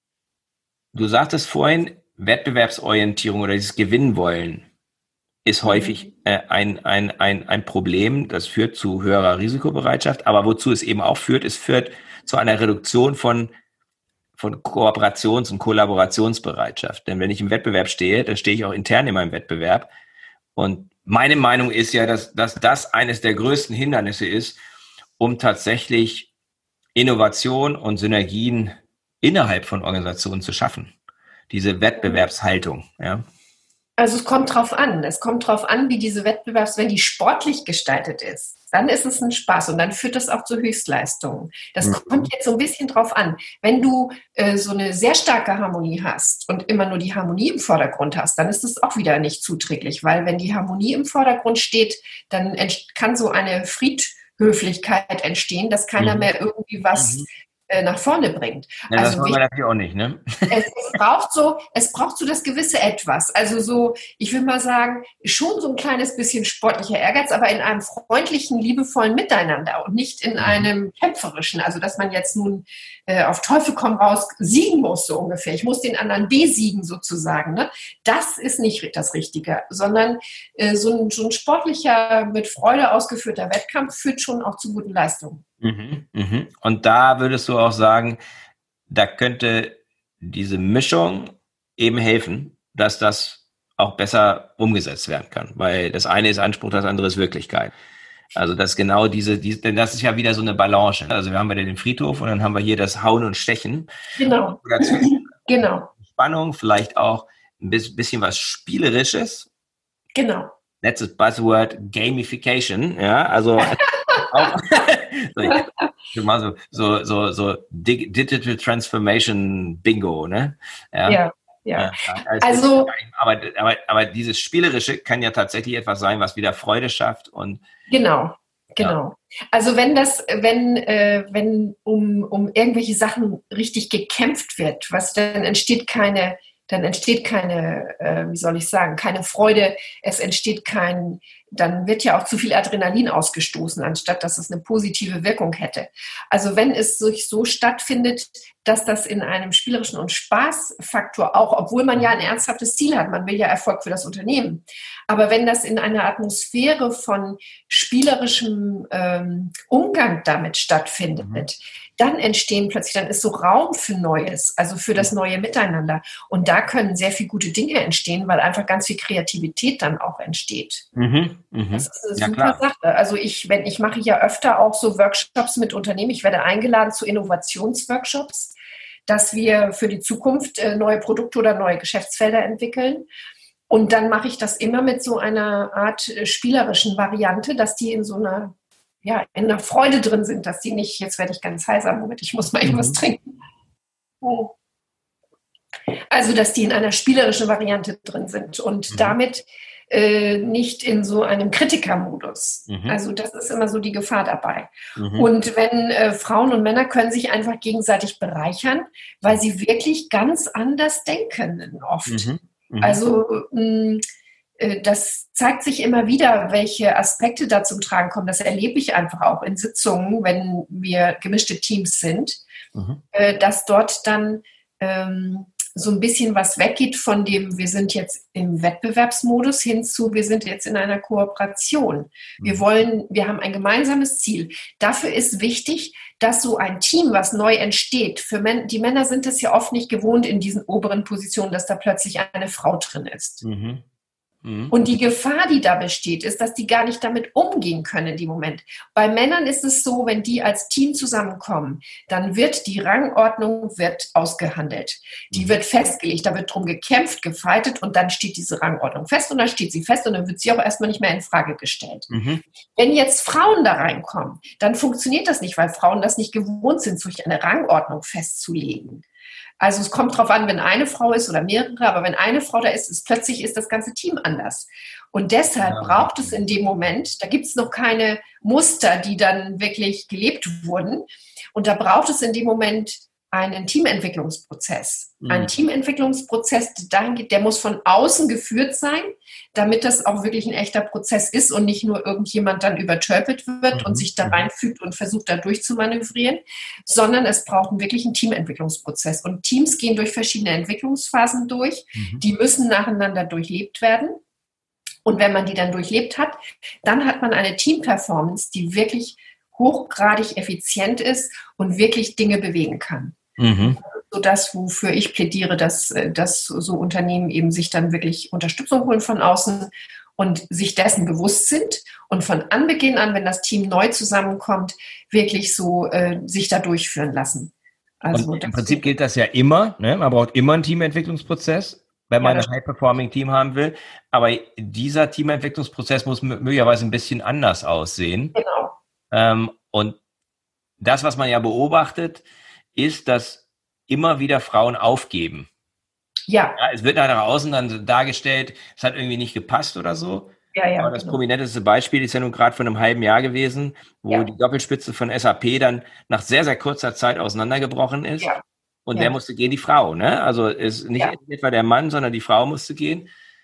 du sagtest vorhin, Wettbewerbsorientierung oder dieses Gewinnwollen ist häufig äh, ein, ein, ein, ein Problem. Das führt zu höherer Risikobereitschaft. Aber wozu es eben auch führt, es führt zu einer Reduktion von, von Kooperations- und Kollaborationsbereitschaft. Denn wenn ich im Wettbewerb stehe, dann stehe ich auch intern in meinem Wettbewerb. Und meine Meinung ist ja, dass, dass das eines der größten Hindernisse ist, um tatsächlich Innovation und Synergien innerhalb von Organisationen zu schaffen. Diese Wettbewerbshaltung, ja. Also es kommt drauf an. Es kommt drauf an, wie diese Wettbewerbs, wenn die sportlich gestaltet ist, dann ist es ein Spaß und dann führt das auch zu Höchstleistungen. Das mhm. kommt jetzt so ein bisschen drauf an. Wenn du äh, so eine sehr starke Harmonie hast und immer nur die Harmonie im Vordergrund hast, dann ist es auch wieder nicht zuträglich, weil wenn die Harmonie im Vordergrund steht, dann ent- kann so eine Friedhöflichkeit entstehen, dass keiner mhm. mehr irgendwie was mhm. nach vorne bringt. Ja, also das wollen wir natürlich auch nicht, ne? Es, es braucht so, es braucht so das gewisse Etwas. Also so, ich will mal sagen, schon so ein kleines bisschen sportlicher Ehrgeiz, aber in einem freundlichen, liebevollen Miteinander und nicht in einem kämpferischen. Also dass man jetzt nun äh, auf Teufel komm raus siegen muss, so ungefähr. Ich muss den anderen besiegen sozusagen. Ne? Das ist nicht das Richtige, sondern äh, so, ein, so ein sportlicher, mit Freude ausgeführter Wettkampf führt schon auch zu guten Leistungen. Mhm, mhm. Und da würdest du auch sagen, da könnte diese Mischung eben helfen, dass das auch besser umgesetzt werden kann. Weil das eine ist Anspruch, das andere ist Wirklichkeit. Also das genau diese, diese, denn das ist ja wieder so eine Balance. Also wir haben wieder den Friedhof und dann haben wir hier das Hauen und Stechen. Genau. Genau. Spannung, vielleicht auch ein bisschen was Spielerisches. Genau. Letztes Buzzword, Gamification. Ja, also auch, so, mal so, so, so, so Digital Transformation Bingo, ne? Ja, ja. ja. Also, aber, aber, aber dieses Spielerische kann ja tatsächlich etwas sein, was wieder Freude schafft und. Genau. Genau. Ja. Also wenn das, wenn, äh, wenn um, um irgendwelche Sachen richtig gekämpft wird, was dann entsteht keine, dann entsteht keine, äh, wie soll ich sagen, keine Freude, es entsteht kein, dann wird ja auch zu viel Adrenalin ausgestoßen, anstatt dass es eine positive Wirkung hätte. Also wenn es sich so stattfindet, dass das in einem spielerischen und Spaßfaktor auch, obwohl man ja ein ernsthaftes Ziel hat, man will ja Erfolg für das Unternehmen, aber wenn das in einer Atmosphäre von spielerischem ähm, Umgang damit stattfindet, mhm. dann entstehen plötzlich, dann ist so Raum für Neues, also für das neue Miteinander. Und da können sehr viele gute Dinge entstehen, weil einfach ganz viel Kreativität dann auch entsteht. Mhm. Mhm. Das ist eine ja, super klar. Sache. Also ich, wenn, ich mache ja öfter auch so Workshops mit Unternehmen. Ich werde eingeladen zu Innovationsworkshops, dass wir für die Zukunft äh, neue Produkte oder neue Geschäftsfelder entwickeln. Und dann mache ich das immer mit so einer Art äh, spielerischen Variante, dass die in so einer, ja, in einer Freude drin sind, dass die nicht, jetzt werde ich ganz heiß am Moment, ich muss mal irgendwas mhm. trinken. Oh. Also, dass die in einer spielerischen Variante drin sind und mhm. damit äh, nicht in so einem Kritikermodus. Mhm. Also das ist immer so die Gefahr dabei. Mhm. Und wenn äh, Frauen und Männer können sich einfach gegenseitig bereichern, weil sie wirklich ganz anders denken oft. Mhm. Mhm. Also mh, äh, das zeigt sich immer wieder, welche Aspekte da zum Tragen kommen. Das erlebe ich einfach auch in Sitzungen, wenn wir gemischte Teams sind, mhm. äh, dass dort dann ähm, so ein bisschen was weggeht von dem, wir sind jetzt im Wettbewerbsmodus hin zu, wir sind jetzt in einer Kooperation. Wir wollen, wir haben ein gemeinsames Ziel. Dafür ist wichtig, dass so ein Team, was neu entsteht, für Män- die Männer sind es ja oft nicht gewohnt in diesen oberen Positionen, dass da plötzlich eine Frau drin ist. Mhm. Mhm. Und die Gefahr, die da besteht, ist, dass die gar nicht damit umgehen können in dem Moment. Bei Männern ist es so, wenn die als Team zusammenkommen, dann wird die Rangordnung wird ausgehandelt. Die mhm. wird festgelegt, da wird drum gekämpft, gefeitet und dann steht diese Rangordnung fest und dann steht sie fest und dann wird sie auch erstmal nicht mehr in Frage gestellt. Mhm. Wenn jetzt Frauen da reinkommen, dann funktioniert das nicht, weil Frauen das nicht gewohnt sind, solch eine Rangordnung festzulegen. Also es kommt drauf an, wenn eine Frau ist oder mehrere, aber wenn eine Frau da ist, ist plötzlich ist das ganze Team anders. Und deshalb ja. braucht es in dem Moment, da gibt es noch keine Muster, die dann wirklich gelebt wurden. Und da braucht es in dem Moment einen Teamentwicklungsprozess. Mhm. Ein Teamentwicklungsprozess, der dahin geht, der muss von außen geführt sein, damit das auch wirklich ein echter Prozess ist und nicht nur irgendjemand dann übertölpelt wird mhm. und sich da reinfügt und versucht, da durchzumanövrieren, sondern es braucht wirklich einen Teamentwicklungsprozess. Und Teams gehen durch verschiedene Entwicklungsphasen durch, mhm. die müssen nacheinander durchlebt werden. Und wenn man die dann durchlebt hat, dann hat man eine Teamperformance, die wirklich hochgradig effizient ist und wirklich Dinge bewegen kann. Mhm. So das, wofür ich plädiere, dass, dass so Unternehmen eben sich dann wirklich Unterstützung holen von außen und sich dessen bewusst sind und von Anbeginn an, wenn das Team neu zusammenkommt, wirklich so äh, sich da durchführen lassen. Also und im Prinzip gilt das ja immer, ne? Man braucht immer einen Teamentwicklungsprozess. wenn man Ja, ein High-Performing-Team haben will. Aber dieser Teamentwicklungsprozess muss möglicherweise ein bisschen anders aussehen. genau. Ähm, und das, was man ja beobachtet, ist, dass immer wieder Frauen aufgeben. Ja. Ja, es wird nach außen dann dargestellt, es hat irgendwie nicht gepasst oder so. Ja, ja, Aber das genau. prominenteste Beispiel ist ja nun gerade vor einem halben Jahr gewesen, wo Ja. die Doppelspitze von S A P dann nach sehr, sehr kurzer Zeit auseinandergebrochen ist. Ja. Und Ja. wer musste gehen? Die Frau. Ne? Also ist nicht Ja. etwa der Mann, sondern die Frau musste gehen.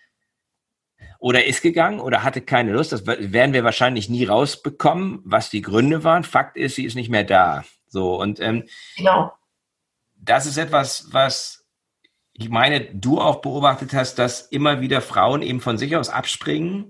Oder ist gegangen oder hatte keine Lust. Das werden wir wahrscheinlich nie rausbekommen, was die Gründe waren. Fakt ist, sie ist nicht mehr da. So, und ähm, Genau. das ist etwas, was ich meine, du auch beobachtet hast, dass immer wieder Frauen eben von sich aus abspringen,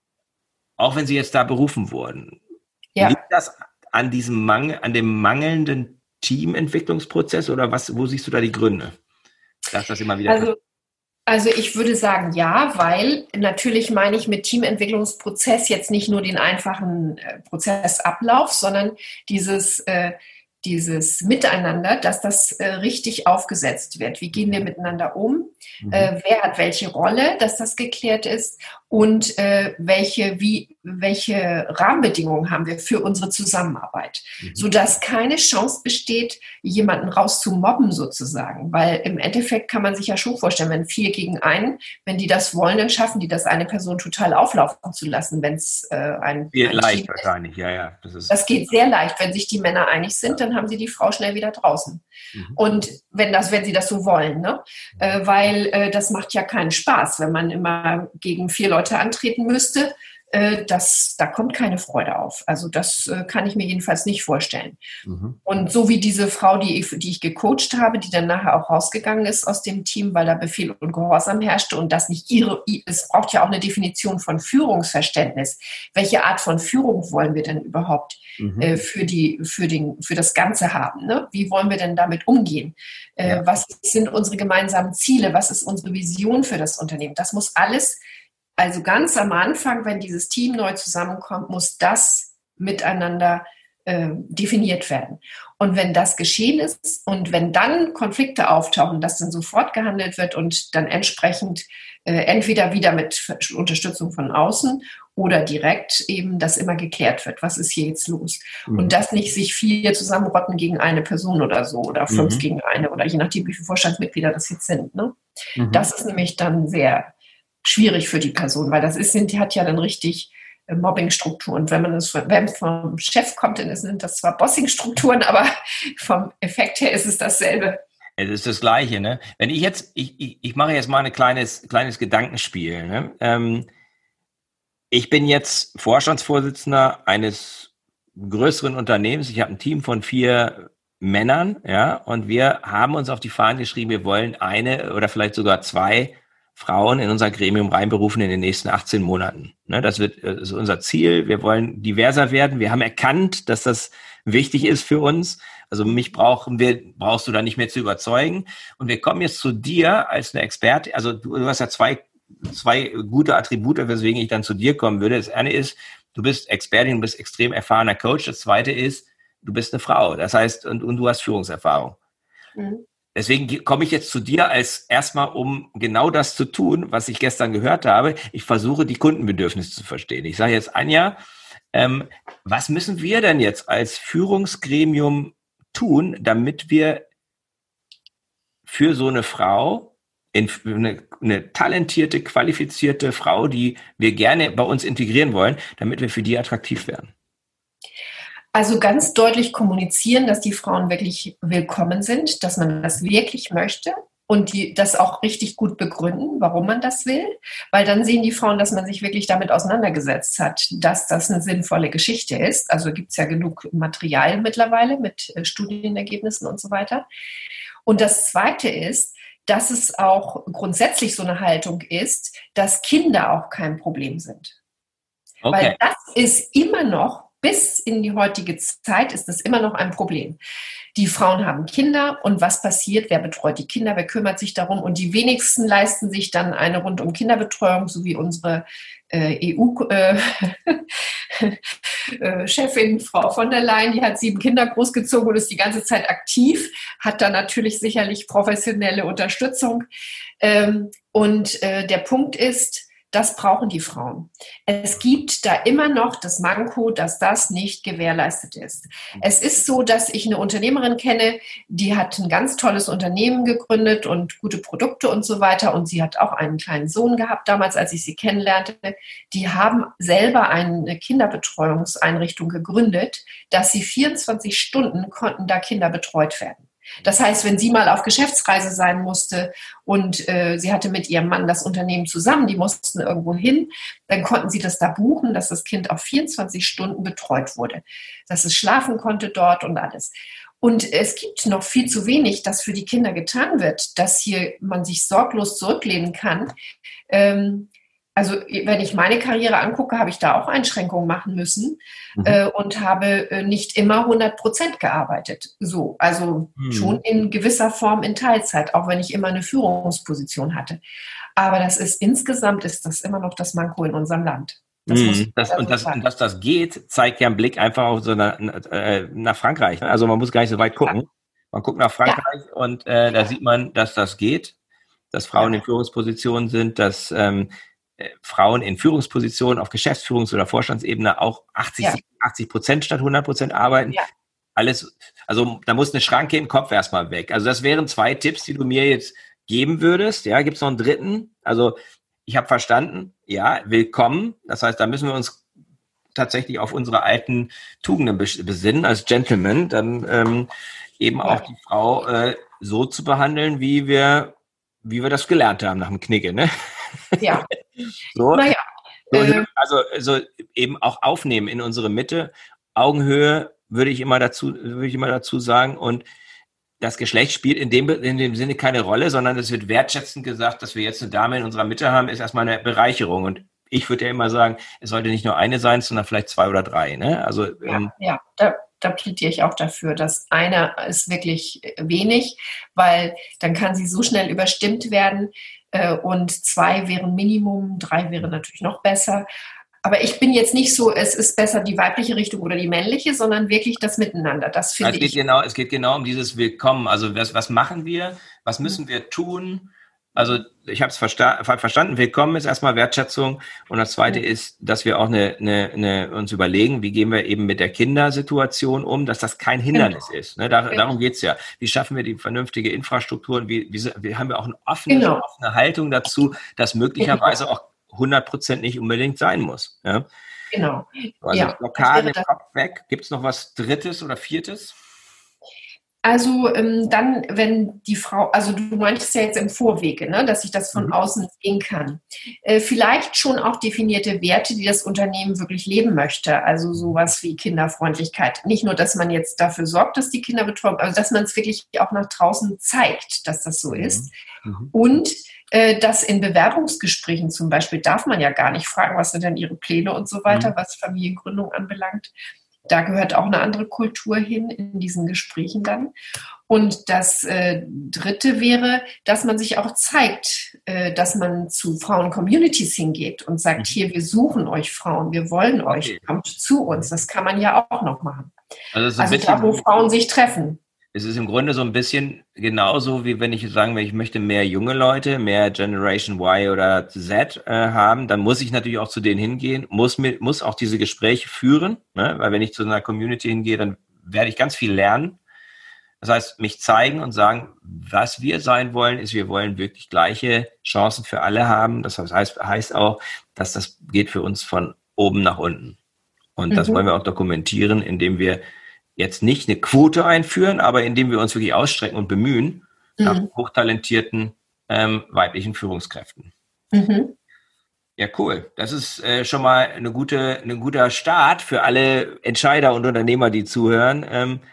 auch wenn sie jetzt da berufen wurden. Ja. Liegt das an diesem Mangel, an dem mangelnden Teamentwicklungsprozess oder was, wo siehst du da die Gründe, dass das immer wieder Also, passiert? also ich würde sagen ja, weil natürlich meine ich mit Teamentwicklungsprozess jetzt nicht nur den einfachen äh, Prozessablauf, sondern dieses äh, dieses Miteinander, dass das äh, richtig aufgesetzt wird. Wie gehen wir miteinander um? Mhm. Äh, wer hat welche Rolle, dass das geklärt ist? Und äh, welche, wie, welche Rahmenbedingungen haben wir für unsere Zusammenarbeit? Mhm. Sodass keine Chance besteht, jemanden rauszumobben sozusagen. Weil im Endeffekt kann man sich ja schon vorstellen, wenn vier gegen einen, wenn die das wollen, dann schaffen die das, eine Person total auflaufen zu lassen, wenn es äh, ein, Viel ein leicht Team ist. wahrscheinlich, ja, ja. Das, ist Das geht sehr leicht. Wenn sich die Männer einig sind, dann haben sie die Frau schnell wieder draußen. Mhm. Und wenn das, wenn sie das so wollen, ne? Äh, weil äh, das macht ja keinen Spaß, wenn man immer gegen vier Leute antreten müsste. Äh, das, da kommt keine Freude auf. Also das äh, kann ich mir jedenfalls nicht vorstellen. Mhm. Und so wie diese Frau, die ich, die ich gecoacht habe, die dann nachher auch rausgegangen ist aus dem Team, weil da Befehl und Gehorsam herrschte und das nicht ihre, es braucht ja auch eine Definition von Führungsverständnis. Welche Art von Führung wollen wir denn überhaupt Mhm. äh, für die, für den, für das Ganze haben? Ne? Wie wollen wir denn damit umgehen? Äh, Ja. Was sind unsere gemeinsamen Ziele? Was ist unsere Vision für das Unternehmen? Das muss alles, also ganz am Anfang, wenn dieses Team neu zusammenkommt, muss das miteinander äh, definiert werden. Und wenn das geschehen ist und wenn dann Konflikte auftauchen, dass dann sofort gehandelt wird und dann entsprechend äh, entweder wieder mit Unterstützung von außen oder direkt eben, dass immer geklärt wird, was ist hier jetzt los. Mhm. Und dass nicht sich vier zusammenrotten gegen eine Person oder so oder fünf Mhm. gegen eine oder je nachdem, wie viele Vorstandsmitglieder das jetzt sind. Ne? Mhm. Das ist nämlich dann sehr schwierig für die Person, weil das ist, die hat ja dann richtig äh, Mobbingstrukturen. Wenn man das, wenn vom Chef kommt, dann sind das zwar Bossingstrukturen, aber vom Effekt her ist es dasselbe. Es ist das Gleiche, ne? Wenn ich jetzt, ich, ich, ich mache jetzt mal ein kleines, kleines Gedankenspiel, ne? Ähm, ich bin jetzt Vorstandsvorsitzender eines größeren Unternehmens. Ich habe ein Team von vier Männern, ja, und wir haben uns auf die Fahnen geschrieben, wir wollen eine oder vielleicht sogar zwei Frauen in unser Gremium reinberufen in den nächsten achtzehn Monaten. Ne, das wird das ist unser Ziel. Wir wollen diverser werden. Wir haben erkannt, dass das wichtig ist für uns. Also mich brauchen wir, brauchst du da nicht mehr zu überzeugen. Und wir kommen jetzt zu dir als eine Experte. Also du, du hast ja zwei, zwei gute Attribute, weswegen ich dann zu dir kommen würde. Das eine ist, du bist Expertin, du bist extrem erfahrener Coach. Das zweite ist, du bist eine Frau. Das heißt, und, und du hast Führungserfahrung. Mhm. Deswegen komme ich jetzt zu dir als erstmal, um genau das zu tun, was ich gestern gehört habe. Ich versuche, die Kundenbedürfnisse zu verstehen. Ich sage jetzt, Anja, ähm, was müssen wir denn jetzt als Führungsgremium tun, damit wir für so eine Frau, eine, eine talentierte, qualifizierte Frau, die wir gerne bei uns integrieren wollen, damit wir für die attraktiv werden? Also ganz deutlich kommunizieren, dass die Frauen wirklich willkommen sind, dass man das wirklich möchte und die das auch richtig gut begründen, warum man das will, weil dann sehen die Frauen, dass man sich wirklich damit auseinandergesetzt hat, dass das eine sinnvolle Geschichte ist. Also gibt es ja genug Material mittlerweile mit Studienergebnissen und so weiter. Und das Zweite ist, dass es auch grundsätzlich so eine Haltung ist, dass Kinder auch kein Problem sind. Okay. Weil das ist immer noch, bis in die heutige Zeit ist das immer noch ein Problem. Die Frauen haben Kinder und was passiert? Wer betreut die Kinder? Wer kümmert sich darum? Und die wenigsten leisten sich dann eine rundum Kinderbetreuung, so wie unsere äh, E U, äh, äh, Chefin, Frau von der Leyen, die hat sieben Kinder großgezogen und ist die ganze Zeit aktiv, hat da natürlich sicherlich professionelle Unterstützung. Ähm, und äh, der Punkt ist, das brauchen die Frauen. Es gibt da immer noch das Manko, dass das nicht gewährleistet ist. Es ist so, dass ich eine Unternehmerin kenne, die hat ein ganz tolles Unternehmen gegründet und gute Produkte und so weiter. Und sie hat auch einen kleinen Sohn gehabt, damals, als ich sie kennenlernte. Die haben selber eine Kinderbetreuungseinrichtung gegründet, dass sie vierundzwanzig Stunden konnten da Kinder betreut werden. Das heißt, wenn sie mal auf Geschäftsreise sein musste und äh, sie hatte mit ihrem Mann das Unternehmen zusammen, die mussten irgendwo hin, dann konnten sie das da buchen, dass das Kind auf vierundzwanzig Stunden betreut wurde, dass es schlafen konnte dort und alles. Und es gibt noch viel zu wenig, das für die Kinder getan wird, dass hier man sich sorglos zurücklehnen kann. Ähm, Also wenn ich meine Karriere angucke, habe ich da auch Einschränkungen machen müssen mhm. äh, und habe äh, nicht immer hundert Prozent gearbeitet. So, also mhm. schon in gewisser Form in Teilzeit, auch wenn ich immer eine Führungsposition hatte. Aber das ist insgesamt ist das immer noch das Manko in unserem Land. Das mhm. muss das, und, das, und dass das geht, zeigt ja einen Blick einfach auf so nach, äh, nach Frankreich. Also man muss gar nicht so weit gucken. Ja. Man guckt nach Frankreich ja. und äh, da ja. sieht man, dass das geht, dass Frauen ja. in Führungspositionen sind, dass ähm, Frauen in Führungspositionen auf Geschäftsführungs- oder Vorstandsebene auch achtzig, ja. achtzig Prozent statt hundert Prozent arbeiten. Ja. Alles, also da muss eine Schranke im Kopf erstmal weg. Also das wären zwei Tipps, die du mir jetzt geben würdest. Ja, gibt es noch einen dritten? Also ich habe verstanden, ja, willkommen. Das heißt, da müssen wir uns tatsächlich auf unsere alten Tugenden besinnen als Gentleman, dann ähm, eben ja. auch die Frau äh, so zu behandeln, wie wir, wie wir das gelernt haben nach dem Knigge, ne? Ja. So, naja, so, äh, also, also eben auch aufnehmen in unsere Mitte. Augenhöhe würde ich immer dazu, würde ich immer dazu sagen. Und das Geschlecht spielt in dem, in dem Sinne keine Rolle, sondern es wird wertschätzend gesagt, dass wir jetzt eine Dame in unserer Mitte haben, ist erstmal eine Bereicherung. Und ich würde ja immer sagen, es sollte nicht nur eine sein, sondern vielleicht zwei oder drei. Ne? Also, ja, ähm, ja da, da plädiere ich auch dafür, dass einer ist wirklich wenig, weil dann kann sie so schnell überstimmt werden. Und zwei wären Minimum, drei wäre natürlich noch besser. Aber ich bin jetzt nicht so, es ist besser die weibliche Richtung oder die männliche, sondern wirklich das Miteinander. Das finde es geht ich. Genau, es geht genau um dieses Willkommen. Also was, was machen wir? Was müssen wir tun? Also ich habe es versta- verstanden. Willkommen ist erstmal Wertschätzung. Und das Zweite mhm. ist, dass wir auch eine, eine, eine, uns überlegen, wie gehen wir eben mit der Kindersituation um, dass das kein Hindernis genau. ist. Ne? Da, genau. Darum geht's ja. Wie schaffen wir die vernünftige Infrastruktur? Und wie, wie, wie haben wir auch eine offene, genau. offene Haltung dazu, dass möglicherweise genau. auch hundert Prozent nicht unbedingt sein muss. Ja? Genau. Also ja. Blockade im Kopf weg. Gibt es noch was Drittes oder Viertes? Also ähm, dann, wenn die Frau, also du meintest ja jetzt im Vorwege, ne, dass ich das von mhm. außen sehen kann. Äh, vielleicht schon auch definierte Werte, die das Unternehmen wirklich leben möchte. Also sowas wie Kinderfreundlichkeit. Nicht nur, dass man jetzt dafür sorgt, dass die Kinder betreut, also dass man es wirklich auch nach draußen zeigt, dass das so mhm. ist. Mhm. Und äh, dass in Bewerbungsgesprächen zum Beispiel darf man ja gar nicht fragen, was sind denn ihre Pläne und so weiter, mhm. was Familiengründung anbelangt. Da gehört auch eine andere Kultur hin in diesen Gesprächen dann. Und das äh, Dritte wäre, dass man sich auch zeigt, äh, dass man zu Frauen-Communities hingeht und sagt, hier, wir suchen euch Frauen, wir wollen euch, okay. kommt zu uns. Das kann man ja auch noch machen. Also, also da, wo Frauen sich treffen. Es ist im Grunde so ein bisschen genauso, wie wenn ich sagen will, ich möchte mehr junge Leute, mehr Generation Y oder Z äh, haben, dann muss ich natürlich auch zu denen hingehen, muss mir, muss auch diese Gespräche führen, ne? Weil wenn ich zu einer Community hingehe, dann werde ich ganz viel lernen. Das heißt, mich zeigen und sagen, was wir sein wollen, ist, wir wollen wirklich gleiche Chancen für alle haben. Das heißt, heißt auch, dass das geht für uns von oben nach unten. Und mhm. das wollen wir auch dokumentieren, indem wir jetzt nicht eine Quote einführen, aber indem wir uns wirklich ausstrecken und bemühen mhm. nach hochtalentierten ähm, weiblichen Führungskräften. Mhm. Ja, cool. Das ist äh, schon mal eine gute, ein guter Start für alle Entscheider und Unternehmer, die zuhören. Ähm,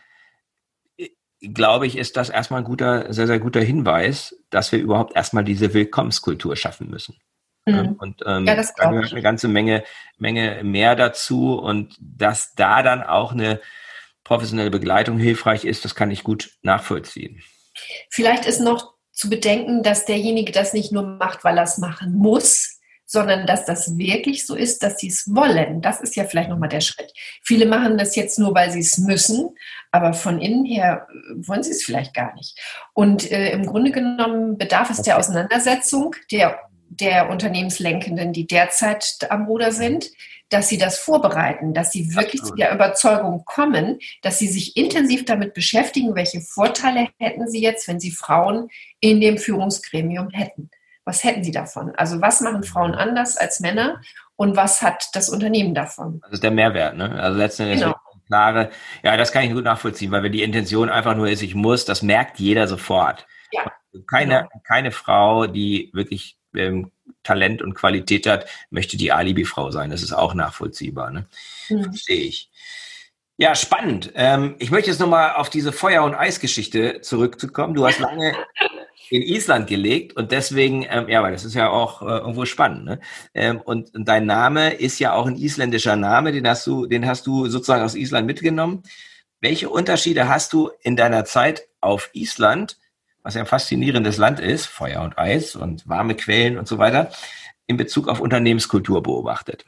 glaube ich, ist das erstmal ein guter, sehr, sehr guter Hinweis, dass wir überhaupt erstmal diese Willkommenskultur schaffen müssen. Mhm. Und ähm, ja, das da gehört eine ganze Menge, Menge mehr dazu und dass da dann auch eine professionelle Begleitung hilfreich ist, das kann ich gut nachvollziehen. Vielleicht ist noch zu bedenken, dass derjenige das nicht nur macht, weil er es machen muss, sondern dass das wirklich so ist, dass sie es wollen. Das ist ja vielleicht nochmal der Schritt. Viele machen das jetzt nur, weil sie es müssen, aber von innen her wollen sie es vielleicht gar nicht. Und äh, im Grunde genommen bedarf es der Auseinandersetzung der, der Unternehmenslenkenden, die derzeit am Ruder sind, dass sie das vorbereiten, dass sie wirklich Absolut. Zu der Überzeugung kommen, dass sie sich intensiv damit beschäftigen, welche Vorteile hätten sie jetzt, wenn sie Frauen in dem Führungsgremium hätten. Was hätten sie davon? Also was machen Frauen anders als Männer und was hat das Unternehmen davon? Das ist der Mehrwert, ne? Also letztendlich genau. klare, ja, das kann ich gut nachvollziehen, weil wenn die Intention einfach nur ist, ich muss, das merkt jeder sofort. Ja, keine, genau. keine Frau, die wirklich ähm, Talent und Qualität hat, möchte die Alibi-Frau sein. Das ist auch nachvollziehbar. Ne? Mhm. Verstehe ich. Ja, spannend. Ähm, ich möchte jetzt nochmal auf diese Feuer- und Eisgeschichte zurückzukommen. Du hast lange in Island gelebt und deswegen, ähm, ja, weil das ist ja auch äh, irgendwo spannend. Ne? Ähm, und, und dein Name ist ja auch ein isländischer Name, den hast du, den hast du sozusagen aus Island mitgenommen. Welche Unterschiede hast du in deiner Zeit auf Island, was ja ein faszinierendes Land ist, Feuer und Eis und warme Quellen und so weiter, in Bezug auf Unternehmenskultur beobachtet?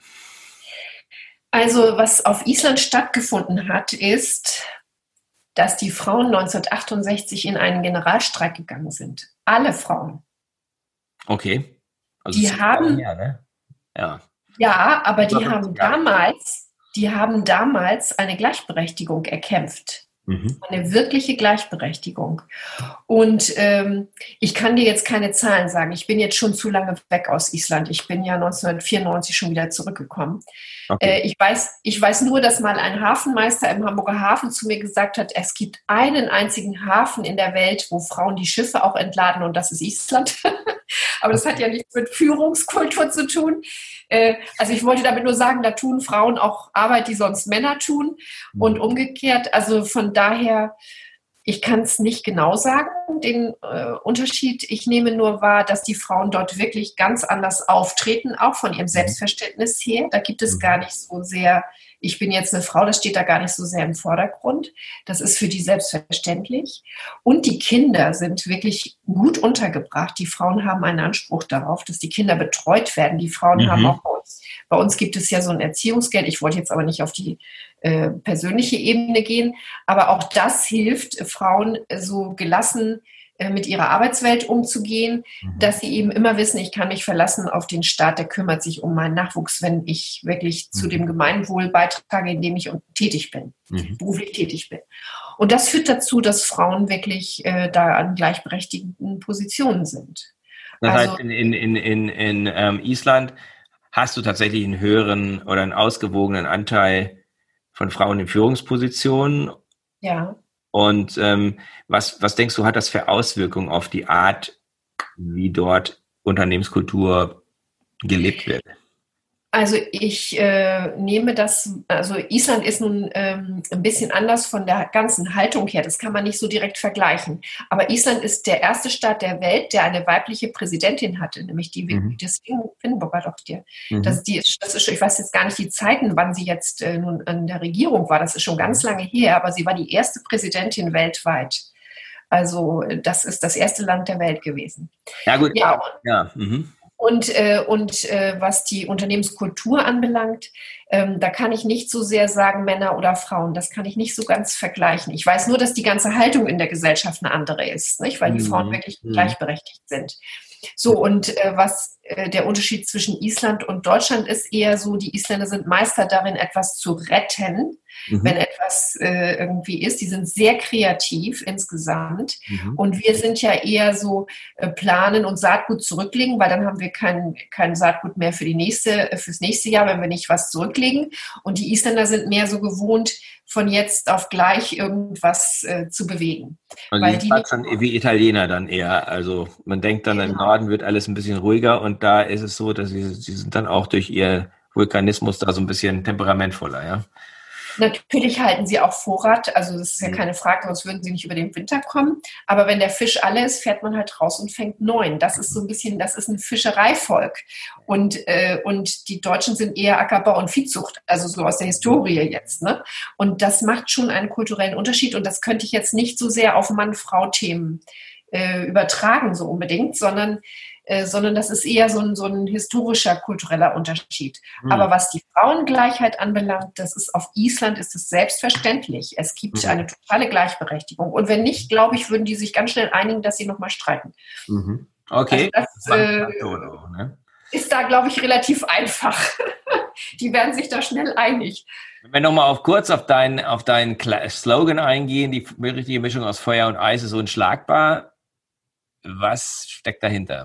Also was auf Island stattgefunden hat, ist, dass die Frauen neunzehnhundertachtundsechzig in einen Generalstreik gegangen sind. Alle Frauen. Okay. Also die haben, her, ne? ja. ja, aber die haben damals, die haben damals eine Gleichberechtigung erkämpft. Mhm. Eine wirkliche Gleichberechtigung. Und ähm, ich kann dir jetzt keine Zahlen sagen. Ich bin jetzt schon zu lange weg aus Island. Ich bin ja neunzehnhundertvierundneunzig schon wieder zurückgekommen. Okay. Äh, ich weiß, ich weiß nur, dass mal ein Hafenmeister im Hamburger Hafen zu mir gesagt hat, es gibt einen einzigen Hafen in der Welt, wo Frauen die Schiffe auch entladen und das ist Island. Aber das hat ja nichts mit Führungskultur zu tun. Äh, also ich wollte damit nur sagen, da tun Frauen auch Arbeit, die sonst Männer tun und umgekehrt. Also von daher, ich kann es nicht genau sagen, den äh, Unterschied. Ich nehme nur wahr, dass die Frauen dort wirklich ganz anders auftreten, auch von ihrem Selbstverständnis her. Da gibt es gar nicht so sehr, ich bin jetzt eine Frau, das steht da gar nicht so sehr im Vordergrund. Das ist für die selbstverständlich. Und die Kinder sind wirklich gut untergebracht. Die Frauen haben einen Anspruch darauf, dass die Kinder betreut werden. Die Frauen mhm. haben auch bei uns, bei uns gibt es ja so ein Erziehungsgeld. Ich wollte jetzt aber nicht auf die äh, persönliche Ebene gehen. Aber auch das hilft Frauen so gelassen mit ihrer Arbeitswelt umzugehen, mhm. dass sie eben immer wissen, ich kann mich verlassen auf den Staat, der kümmert sich um meinen Nachwuchs, wenn ich wirklich mhm. zu dem Gemeinwohl beitrage, in dem ich tätig bin, mhm. beruflich tätig bin. Und das führt dazu, dass Frauen wirklich äh, da an gleichberechtigten Positionen sind. Das also, heißt, in, in, in, in, in ähm, Island hast du tatsächlich einen höheren oder einen ausgewogenen Anteil von Frauen in Führungspositionen? Ja. Und ähm, was, was denkst du, hat das für Auswirkungen auf die Art, wie dort Unternehmenskultur gelebt wird? Also ich äh, nehme das, also Island ist nun ähm, ein bisschen anders von der ganzen Haltung her, das kann man nicht so direkt vergleichen. Aber Island ist der erste Staat der Welt, der eine weibliche Präsidentin hatte, nämlich die mhm. Finnboga doch dir. Mhm. Das, die ist, das ist, ich weiß jetzt gar nicht die Zeiten, wann sie jetzt äh, nun an der Regierung war, das ist schon ganz lange her, aber sie war die erste Präsidentin weltweit. Also das ist das erste Land der Welt gewesen. Ja gut, ja. ja. Mhm. Und, äh, und äh, was die Unternehmenskultur anbelangt, ähm, da kann ich nicht so sehr sagen, Männer oder Frauen. Das kann ich nicht so ganz vergleichen. Ich weiß nur, dass die ganze Haltung in der Gesellschaft eine andere ist, nicht? Weil die Frauen mhm. wirklich mhm. gleichberechtigt sind. So, und äh, was äh, der Unterschied zwischen Island und Deutschland ist eher so, die Isländer sind Meister darin, etwas zu retten, mhm. wenn etwas äh, irgendwie ist. Die sind sehr kreativ insgesamt. Mhm. Und wir sind ja eher so äh, planen und Saatgut zurücklegen, weil dann haben wir kein, kein Saatgut mehr für die nächste, fürs nächste Jahr, wenn wir nicht was zurücklegen. Und die Isländer sind mehr so gewohnt, von jetzt auf gleich irgendwas äh, zu bewegen. Also weil die sind schon wie Italiener dann eher. Also man denkt dann, genau. Im Norden wird alles ein bisschen ruhiger und da ist es so, dass sie, sie sind dann auch durch ihr Vulkanismus da so ein bisschen temperamentvoller, ja. Natürlich halten sie auch Vorrat, also das ist ja keine Frage, sonst würden sie nicht über den Winter kommen. Aber wenn der Fisch alle ist, fährt man halt raus und fängt neuen. Das ist so ein bisschen, das ist ein Fischereivolk. Und, äh, und die Deutschen sind eher Ackerbau und Viehzucht, also so aus der Historie jetzt. Ne? Und das macht schon einen kulturellen Unterschied und das könnte ich jetzt nicht so sehr auf Mann-Frau-Themen äh, übertragen so unbedingt, sondern, äh, sondern das ist eher so ein, so ein historischer, kultureller Unterschied. Mhm. Aber was die Frauengleichheit anbelangt, das ist auf Island ist es selbstverständlich. Es gibt mhm. eine totale Gleichberechtigung. Und wenn nicht, glaube ich, würden die sich ganz schnell einigen, dass sie nochmal streiten. Mhm. Okay. Also das, äh, auch, ne? Ist da, glaube ich, relativ einfach. Die werden sich da schnell einig. Wenn wir nochmal auf kurz auf deinen auf deinen Slogan eingehen, die richtige Mischung aus Feuer und Eis ist unschlagbar. Was steckt dahinter?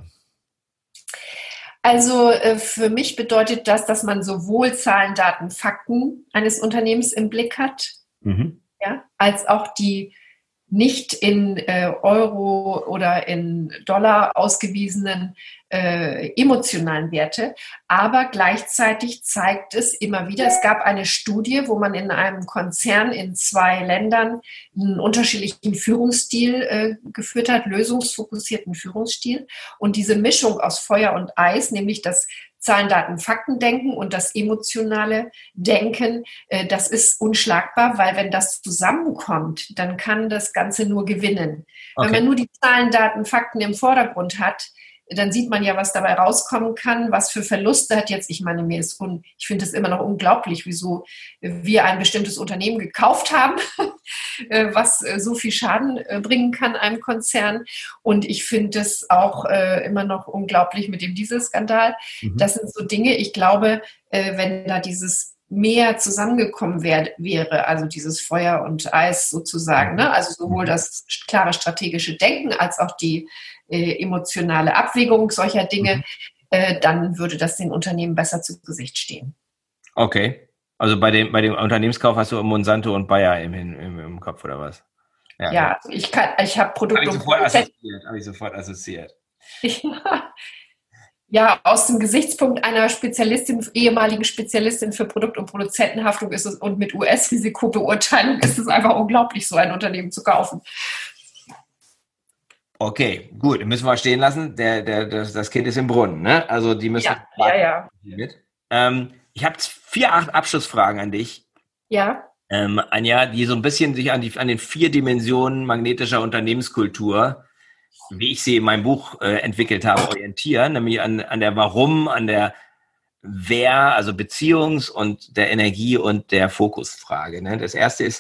Also äh, für mich bedeutet das, dass man sowohl Zahlen, Daten, Fakten eines Unternehmens im Blick hat, mhm. ja, als auch die nicht in äh, Euro oder in Dollar ausgewiesenen äh, emotionalen Werte. Aber gleichzeitig zeigt es immer wieder, es gab eine Studie, wo man in einem Konzern in zwei Ländern einen unterschiedlichen Führungsstil äh, geführt hat, lösungsfokussierten Führungsstil. Und diese Mischung aus Feuer und Eis, nämlich das Zahlen, Daten, Fakten denken und das emotionale Denken, äh, das ist unschlagbar, weil wenn das zusammenkommt, dann kann das Ganze nur gewinnen. Okay. Wenn man nur die Zahlen, Daten, Fakten im Vordergrund hat, dann sieht man ja, was dabei rauskommen kann, was für Verluste hat jetzt, ich meine, mir ist, un, ich finde es immer noch unglaublich, wieso wir ein bestimmtes Unternehmen gekauft haben, was so viel Schaden bringen kann einem Konzern. Und ich finde es auch äh, immer noch unglaublich mit dem Dieselskandal. Mhm. Das sind so Dinge, ich glaube, äh, wenn da dieses mehr zusammengekommen wär, wäre, also dieses Feuer und Eis sozusagen, ne? Also sowohl das klare strategische Denken als auch die äh, emotionale Abwägung solcher Dinge, mhm. äh, dann würde das den Unternehmen besser zu Gesicht stehen. Okay, also bei dem, bei dem Unternehmenskauf hast du Monsanto und Bayer im, im, im Kopf oder was? Ja, ja also ich, kann, ich habe Produkte... Habe ich sofort assoziiert. Habe ich sofort assoziiert. Ja. Ja, aus dem Gesichtspunkt einer Spezialistin, ehemaligen Spezialistin für Produkt- und Produzentenhaftung ist es und mit U S-Risikobeurteilung ist es einfach unglaublich, so ein Unternehmen zu kaufen. Okay, gut, müssen wir stehen lassen. Der, der, das, das Kind ist im Brunnen, ne? Also die müssen. Ja, ja, ja. Mit. Ähm, ich habe vier, acht Abschlussfragen an dich. Ja. Ähm, Anja, die so ein bisschen sich an, die, an den vier Dimensionen magnetischer Unternehmenskultur, wie ich sie in meinem Buch äh, entwickelt habe, orientieren, nämlich an, an der Warum, an der Wer, also Beziehungs- und der Energie- und der Fokusfrage. Ne? Das erste ist,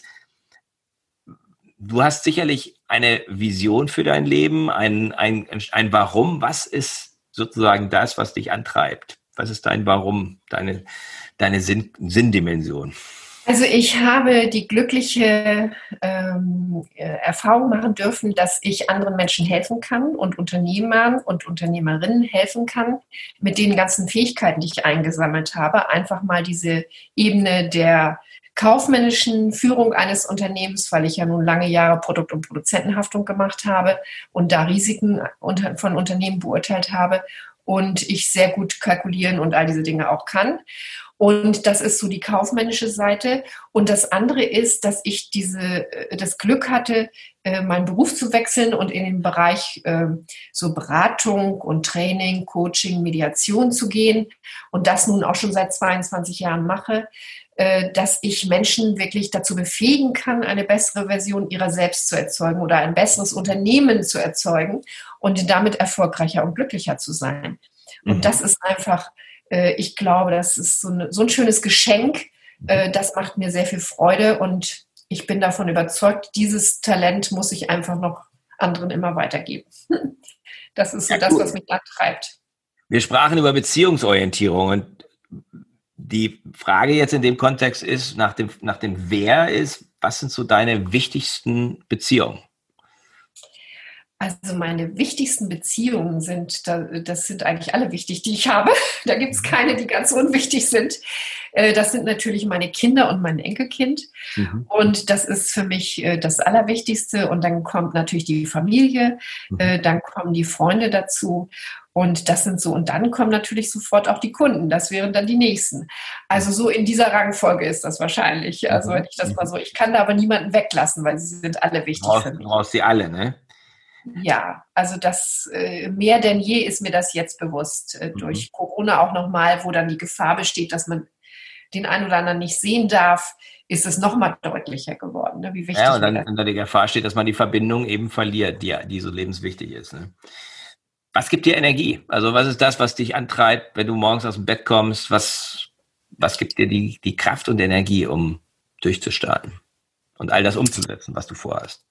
du hast sicherlich eine Vision für dein Leben, ein, ein, ein Warum. Was ist sozusagen das, was dich antreibt? Was ist dein Warum, deine, deine Sinn, Sinndimension? Also ich habe die glückliche ähm, Erfahrung machen dürfen, dass ich anderen Menschen helfen kann und Unternehmern und Unternehmerinnen helfen kann, mit den ganzen Fähigkeiten, die ich eingesammelt habe, einfach mal diese Ebene der kaufmännischen Führung eines Unternehmens, weil ich ja nun lange Jahre Produkt- und Produzentenhaftung gemacht habe und da Risiken von Unternehmen beurteilt habe und ich sehr gut kalkulieren und all diese Dinge auch kann. Und das ist so die kaufmännische Seite. Und das andere ist, dass ich diese, das Glück hatte, meinen Beruf zu wechseln und in den Bereich so Beratung und Training, Coaching, Mediation zu gehen und das nun auch schon seit zweiundzwanzig Jahren mache, dass ich Menschen wirklich dazu befähigen kann, eine bessere Version ihrer selbst zu erzeugen oder ein besseres Unternehmen zu erzeugen und damit erfolgreicher und glücklicher zu sein. Und mhm. das ist einfach, ich glaube, das ist so, eine, so ein schönes Geschenk. Das macht mir sehr viel Freude und ich bin davon überzeugt, dieses Talent muss ich einfach noch anderen immer weitergeben. Das ist so ja, das, was mich antreibt. Wir sprachen über Beziehungsorientierung und die Frage jetzt in dem Kontext ist, nach dem, nach dem Wer ist, was sind so deine wichtigsten Beziehungen? Also meine wichtigsten Beziehungen sind, das sind eigentlich alle wichtig, die ich habe. Da gibt es keine, die ganz unwichtig sind. Das sind natürlich meine Kinder und mein Enkelkind. Mhm. Und das ist für mich das Allerwichtigste. Und dann kommt natürlich die Familie, mhm. dann kommen die Freunde dazu. Und das sind so, und dann kommen natürlich sofort auch die Kunden. Das wären dann die nächsten. Also so in dieser Rangfolge ist das wahrscheinlich. Also wenn ich das mal so, ich kann da aber niemanden weglassen, weil sie sind alle wichtig brauchst, für mich. Du brauchst sie alle, ne? Ja, also das äh, mehr denn je ist mir das jetzt bewusst. Äh, mhm. Durch Corona auch nochmal, wo dann die Gefahr besteht, dass man den einen oder anderen nicht sehen darf, ist es nochmal deutlicher geworden, ne? Wie wichtig Ja, und dann mir das unter der Gefahr steht, dass man die Verbindung eben verliert, die, die so lebenswichtig ist. Ne? Was gibt dir Energie? Also was ist das, was dich antreibt, wenn du morgens aus dem Bett kommst? Was, was gibt dir die, die Kraft und Energie, um durchzustarten und all das umzusetzen, was du vorhast?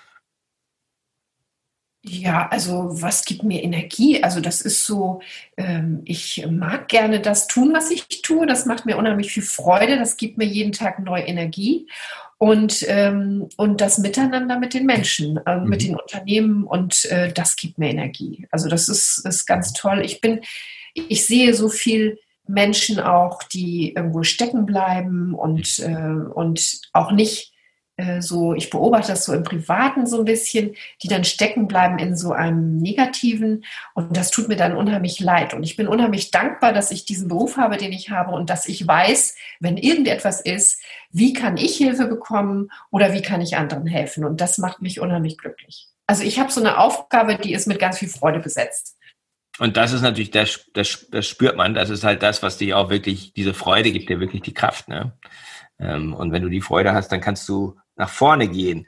Ja, also was gibt mir Energie? Also das ist so, ähm, ich mag gerne das tun, was ich tue. Das macht mir unheimlich viel Freude. Das gibt mir jeden Tag neue Energie. Und, ähm, und das Miteinander mit den Menschen, äh, mhm. mit den Unternehmen und äh, das gibt mir Energie. Also das ist, ist ganz toll. Ich bin, ich sehe so viel Menschen auch, die irgendwo stecken bleiben und, äh, und auch nicht so, ich beobachte das so im Privaten so ein bisschen, die dann stecken bleiben in so einem Negativen und das tut mir dann unheimlich leid und ich bin unheimlich dankbar, dass ich diesen Beruf habe, den ich habe und dass ich weiß, wenn irgendetwas ist, wie kann ich Hilfe bekommen oder wie kann ich anderen helfen und das macht mich unheimlich glücklich. Also ich habe so eine Aufgabe, die ist mit ganz viel Freude besetzt. Und das ist natürlich, das, das, das spürt man, das ist halt das, was dir auch wirklich, diese Freude gibt dir wirklich die Kraft, ne? Und wenn du die Freude hast, dann kannst du nach vorne gehen.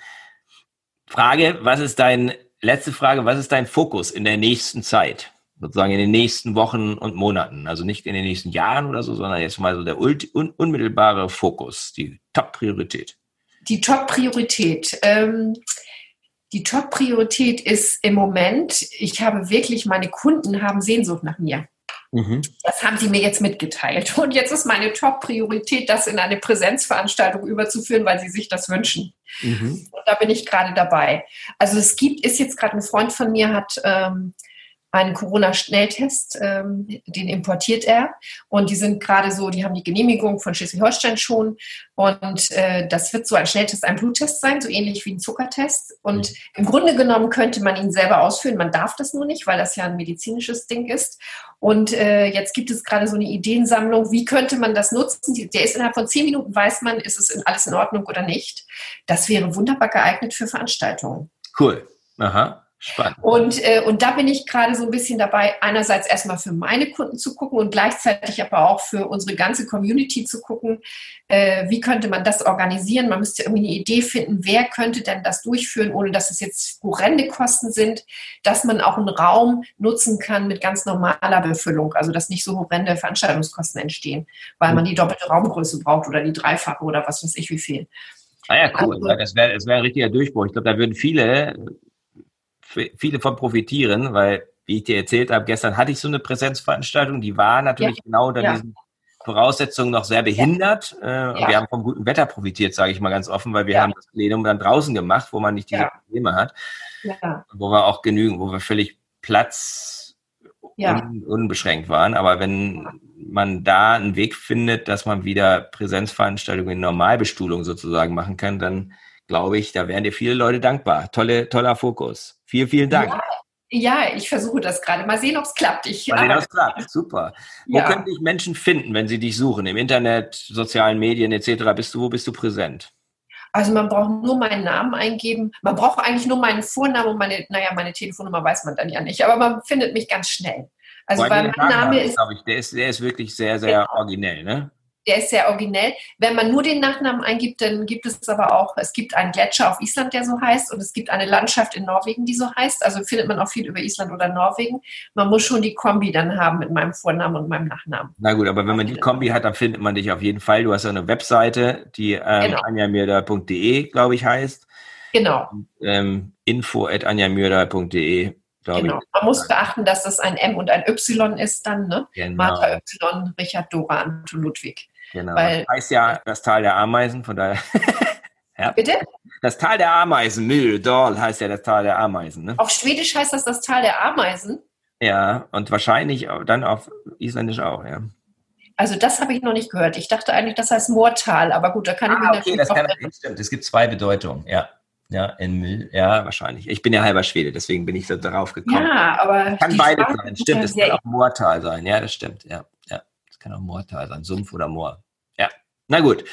Frage, was ist dein, letzte Frage, was ist dein Fokus in der nächsten Zeit? Sozusagen in den nächsten Wochen und Monaten. Also nicht in den nächsten Jahren oder so, sondern jetzt mal so der un, unmittelbare Fokus, die Top-Priorität. Die Top-Priorität. Ähm, die Top-Priorität ist im Moment, ich habe wirklich, meine Kunden haben Sehnsucht nach mir. Mhm. Das haben sie mir jetzt mitgeteilt. Und jetzt ist meine Top-Priorität, das in eine Präsenzveranstaltung überzuführen, weil sie sich das wünschen. Mhm. Und da bin ich gerade dabei. Also es gibt, ist jetzt gerade ein Freund von mir, hat ähm, einen Corona-Schnelltest, ähm, den importiert er. Und die sind gerade so, die haben die Genehmigung von Schleswig-Holstein schon. Und äh, das wird so ein Schnelltest, ein Bluttest sein, so ähnlich wie ein Zuckertest. Und mhm. im Grunde genommen könnte man ihn selber ausführen. Man darf das nur nicht, weil das ja ein medizinisches Ding ist. Und äh, jetzt gibt es gerade so eine Ideensammlung, wie könnte man das nutzen? Der ist innerhalb von zehn Minuten, weiß man, ist es in, alles in Ordnung oder nicht. Das wäre wunderbar geeignet für Veranstaltungen. Cool. Aha. Spannend. Und, äh, und da bin ich gerade so ein bisschen dabei, einerseits erstmal für meine Kunden zu gucken und gleichzeitig aber auch für unsere ganze Community zu gucken, äh, wie könnte man das organisieren. Man müsste irgendwie eine Idee finden, wer könnte denn das durchführen, ohne dass es jetzt horrende Kosten sind, dass man auch einen Raum nutzen kann mit ganz normaler Befüllung, also dass nicht so horrende Veranstaltungskosten entstehen, weil man die doppelte Raumgröße braucht oder die dreifache oder was weiß ich wie viel. Ah ja, cool. Also, das wäre das wär ein richtiger Durchbruch. Ich glaube, da würden viele... viele von profitieren, weil, wie ich dir erzählt habe, gestern hatte ich so eine Präsenzveranstaltung, die war natürlich ja. genau unter ja. diesen Voraussetzungen noch sehr behindert. Ja. Äh, ja. Wir haben vom guten Wetter profitiert, sage ich mal ganz offen, weil wir ja. haben das Plenum dann draußen gemacht, wo man nicht diese ja. Probleme hat. Ja. Wo wir auch genügend, wo wir völlig Platz ja. un, unbeschränkt waren. Aber wenn man da einen Weg findet, dass man wieder Präsenzveranstaltungen in Normalbestuhlung sozusagen machen kann, dann glaube ich, da wären dir viele Leute dankbar. Tolle, toller Fokus. Vielen, vielen Dank. Ja, ja, ich versuche das gerade. Mal sehen, ob es klappt. Ich, Mal sehen, ob es klappt. Super. Wo ja. können dich Menschen finden, wenn sie dich suchen? Im Internet, sozialen Medien et cetera. Bist du, wo bist du präsent? Also man braucht nur meinen Namen eingeben. Man braucht eigentlich nur meinen Vornamen und meine, naja, meine Telefonnummer weiß man dann ja nicht. Aber man findet mich ganz schnell. Also weil mein Name ist, glaube ich, der ist, der ist wirklich sehr, sehr ja. originell, ne? Der ist sehr originell. Wenn man nur den Nachnamen eingibt, dann gibt es aber auch, es gibt einen Gletscher auf Island, der so heißt, und es gibt eine Landschaft in Norwegen, die so heißt. Also findet man auch viel über Island oder Norwegen. Man muss schon die Kombi dann haben mit meinem Vornamen und meinem Nachnamen. Na gut, aber wenn man die Kombi hat, dann findet man dich auf jeden Fall. Du hast ja eine Webseite, die ähm, genau. anja myrda punkt de, glaube ich, heißt. Genau. Und, ähm, info at anja myrda punkt de. Genau. Man muss beachten, dass das ein M und ein Y ist dann, ne? Genau. Martha Y, Richard, Dora, Anton, Ludwig. Genau. Weil, das heißt ja das Tal der Ameisen, von daher. ja. Bitte? Das Tal der Ameisen, Myrdal Dal heißt ja das Tal der Ameisen. Ne? Auf Schwedisch heißt das das Tal der Ameisen? Ja, und wahrscheinlich dann auf Isländisch auch, ja. Also das habe ich noch nicht gehört. Ich dachte eigentlich, das heißt Moortal, aber gut, da kann ah, ich mich okay, natürlich das auch... Kann, stimmt, es gibt zwei Bedeutungen, ja. Ja, in Müll, ja, wahrscheinlich. Ich bin ja halber Schwede, deswegen bin ich so darauf gekommen. Ja, aber... Kann beides sein, stimmt, es kann auch Moortal sein, ja, das stimmt, ja. ja. Es kann auch Moortal sein, Sumpf oder Moor. Ja, na gut.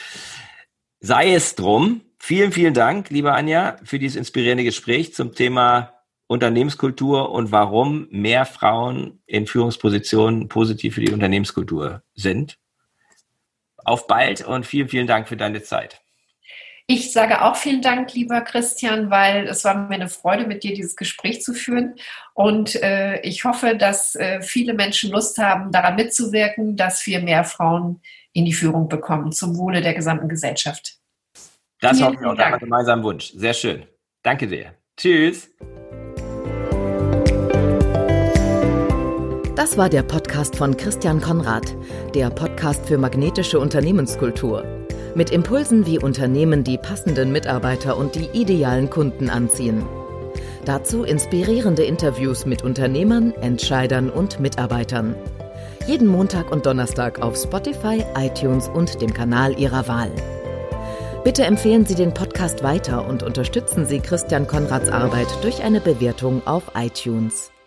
Sei es drum. Vielen, vielen Dank, liebe Anja, für dieses inspirierende Gespräch zum Thema Unternehmenskultur und warum mehr Frauen in Führungspositionen positiv für die Unternehmenskultur sind. auf bald und vielen, vielen Dank für deine Zeit. Ich sage auch vielen Dank, lieber Christian, weil es war mir eine Freude, mit dir dieses Gespräch zu führen. Und äh, ich hoffe, dass äh, viele Menschen Lust haben, daran mitzuwirken, dass wir mehr Frauen in die Führung bekommen, zum Wohle der gesamten Gesellschaft. Das vielen, hoffen wir auch, das ist ein gemeinsamer Wunsch. Sehr schön. Danke dir. Tschüss. Das war der Podcast von Christian Konrad, der Podcast für magnetische Unternehmenskultur. Mit Impulsen, wie Unternehmen die passenden Mitarbeiter und die idealen Kunden anziehen. Dazu inspirierende Interviews mit Unternehmern, Entscheidern und Mitarbeitern. Jeden Montag und Donnerstag auf Spotify, iTunes und dem Kanal Ihrer Wahl. Bitte empfehlen Sie den Podcast weiter und unterstützen Sie Christian Konrads Arbeit durch eine Bewertung auf iTunes.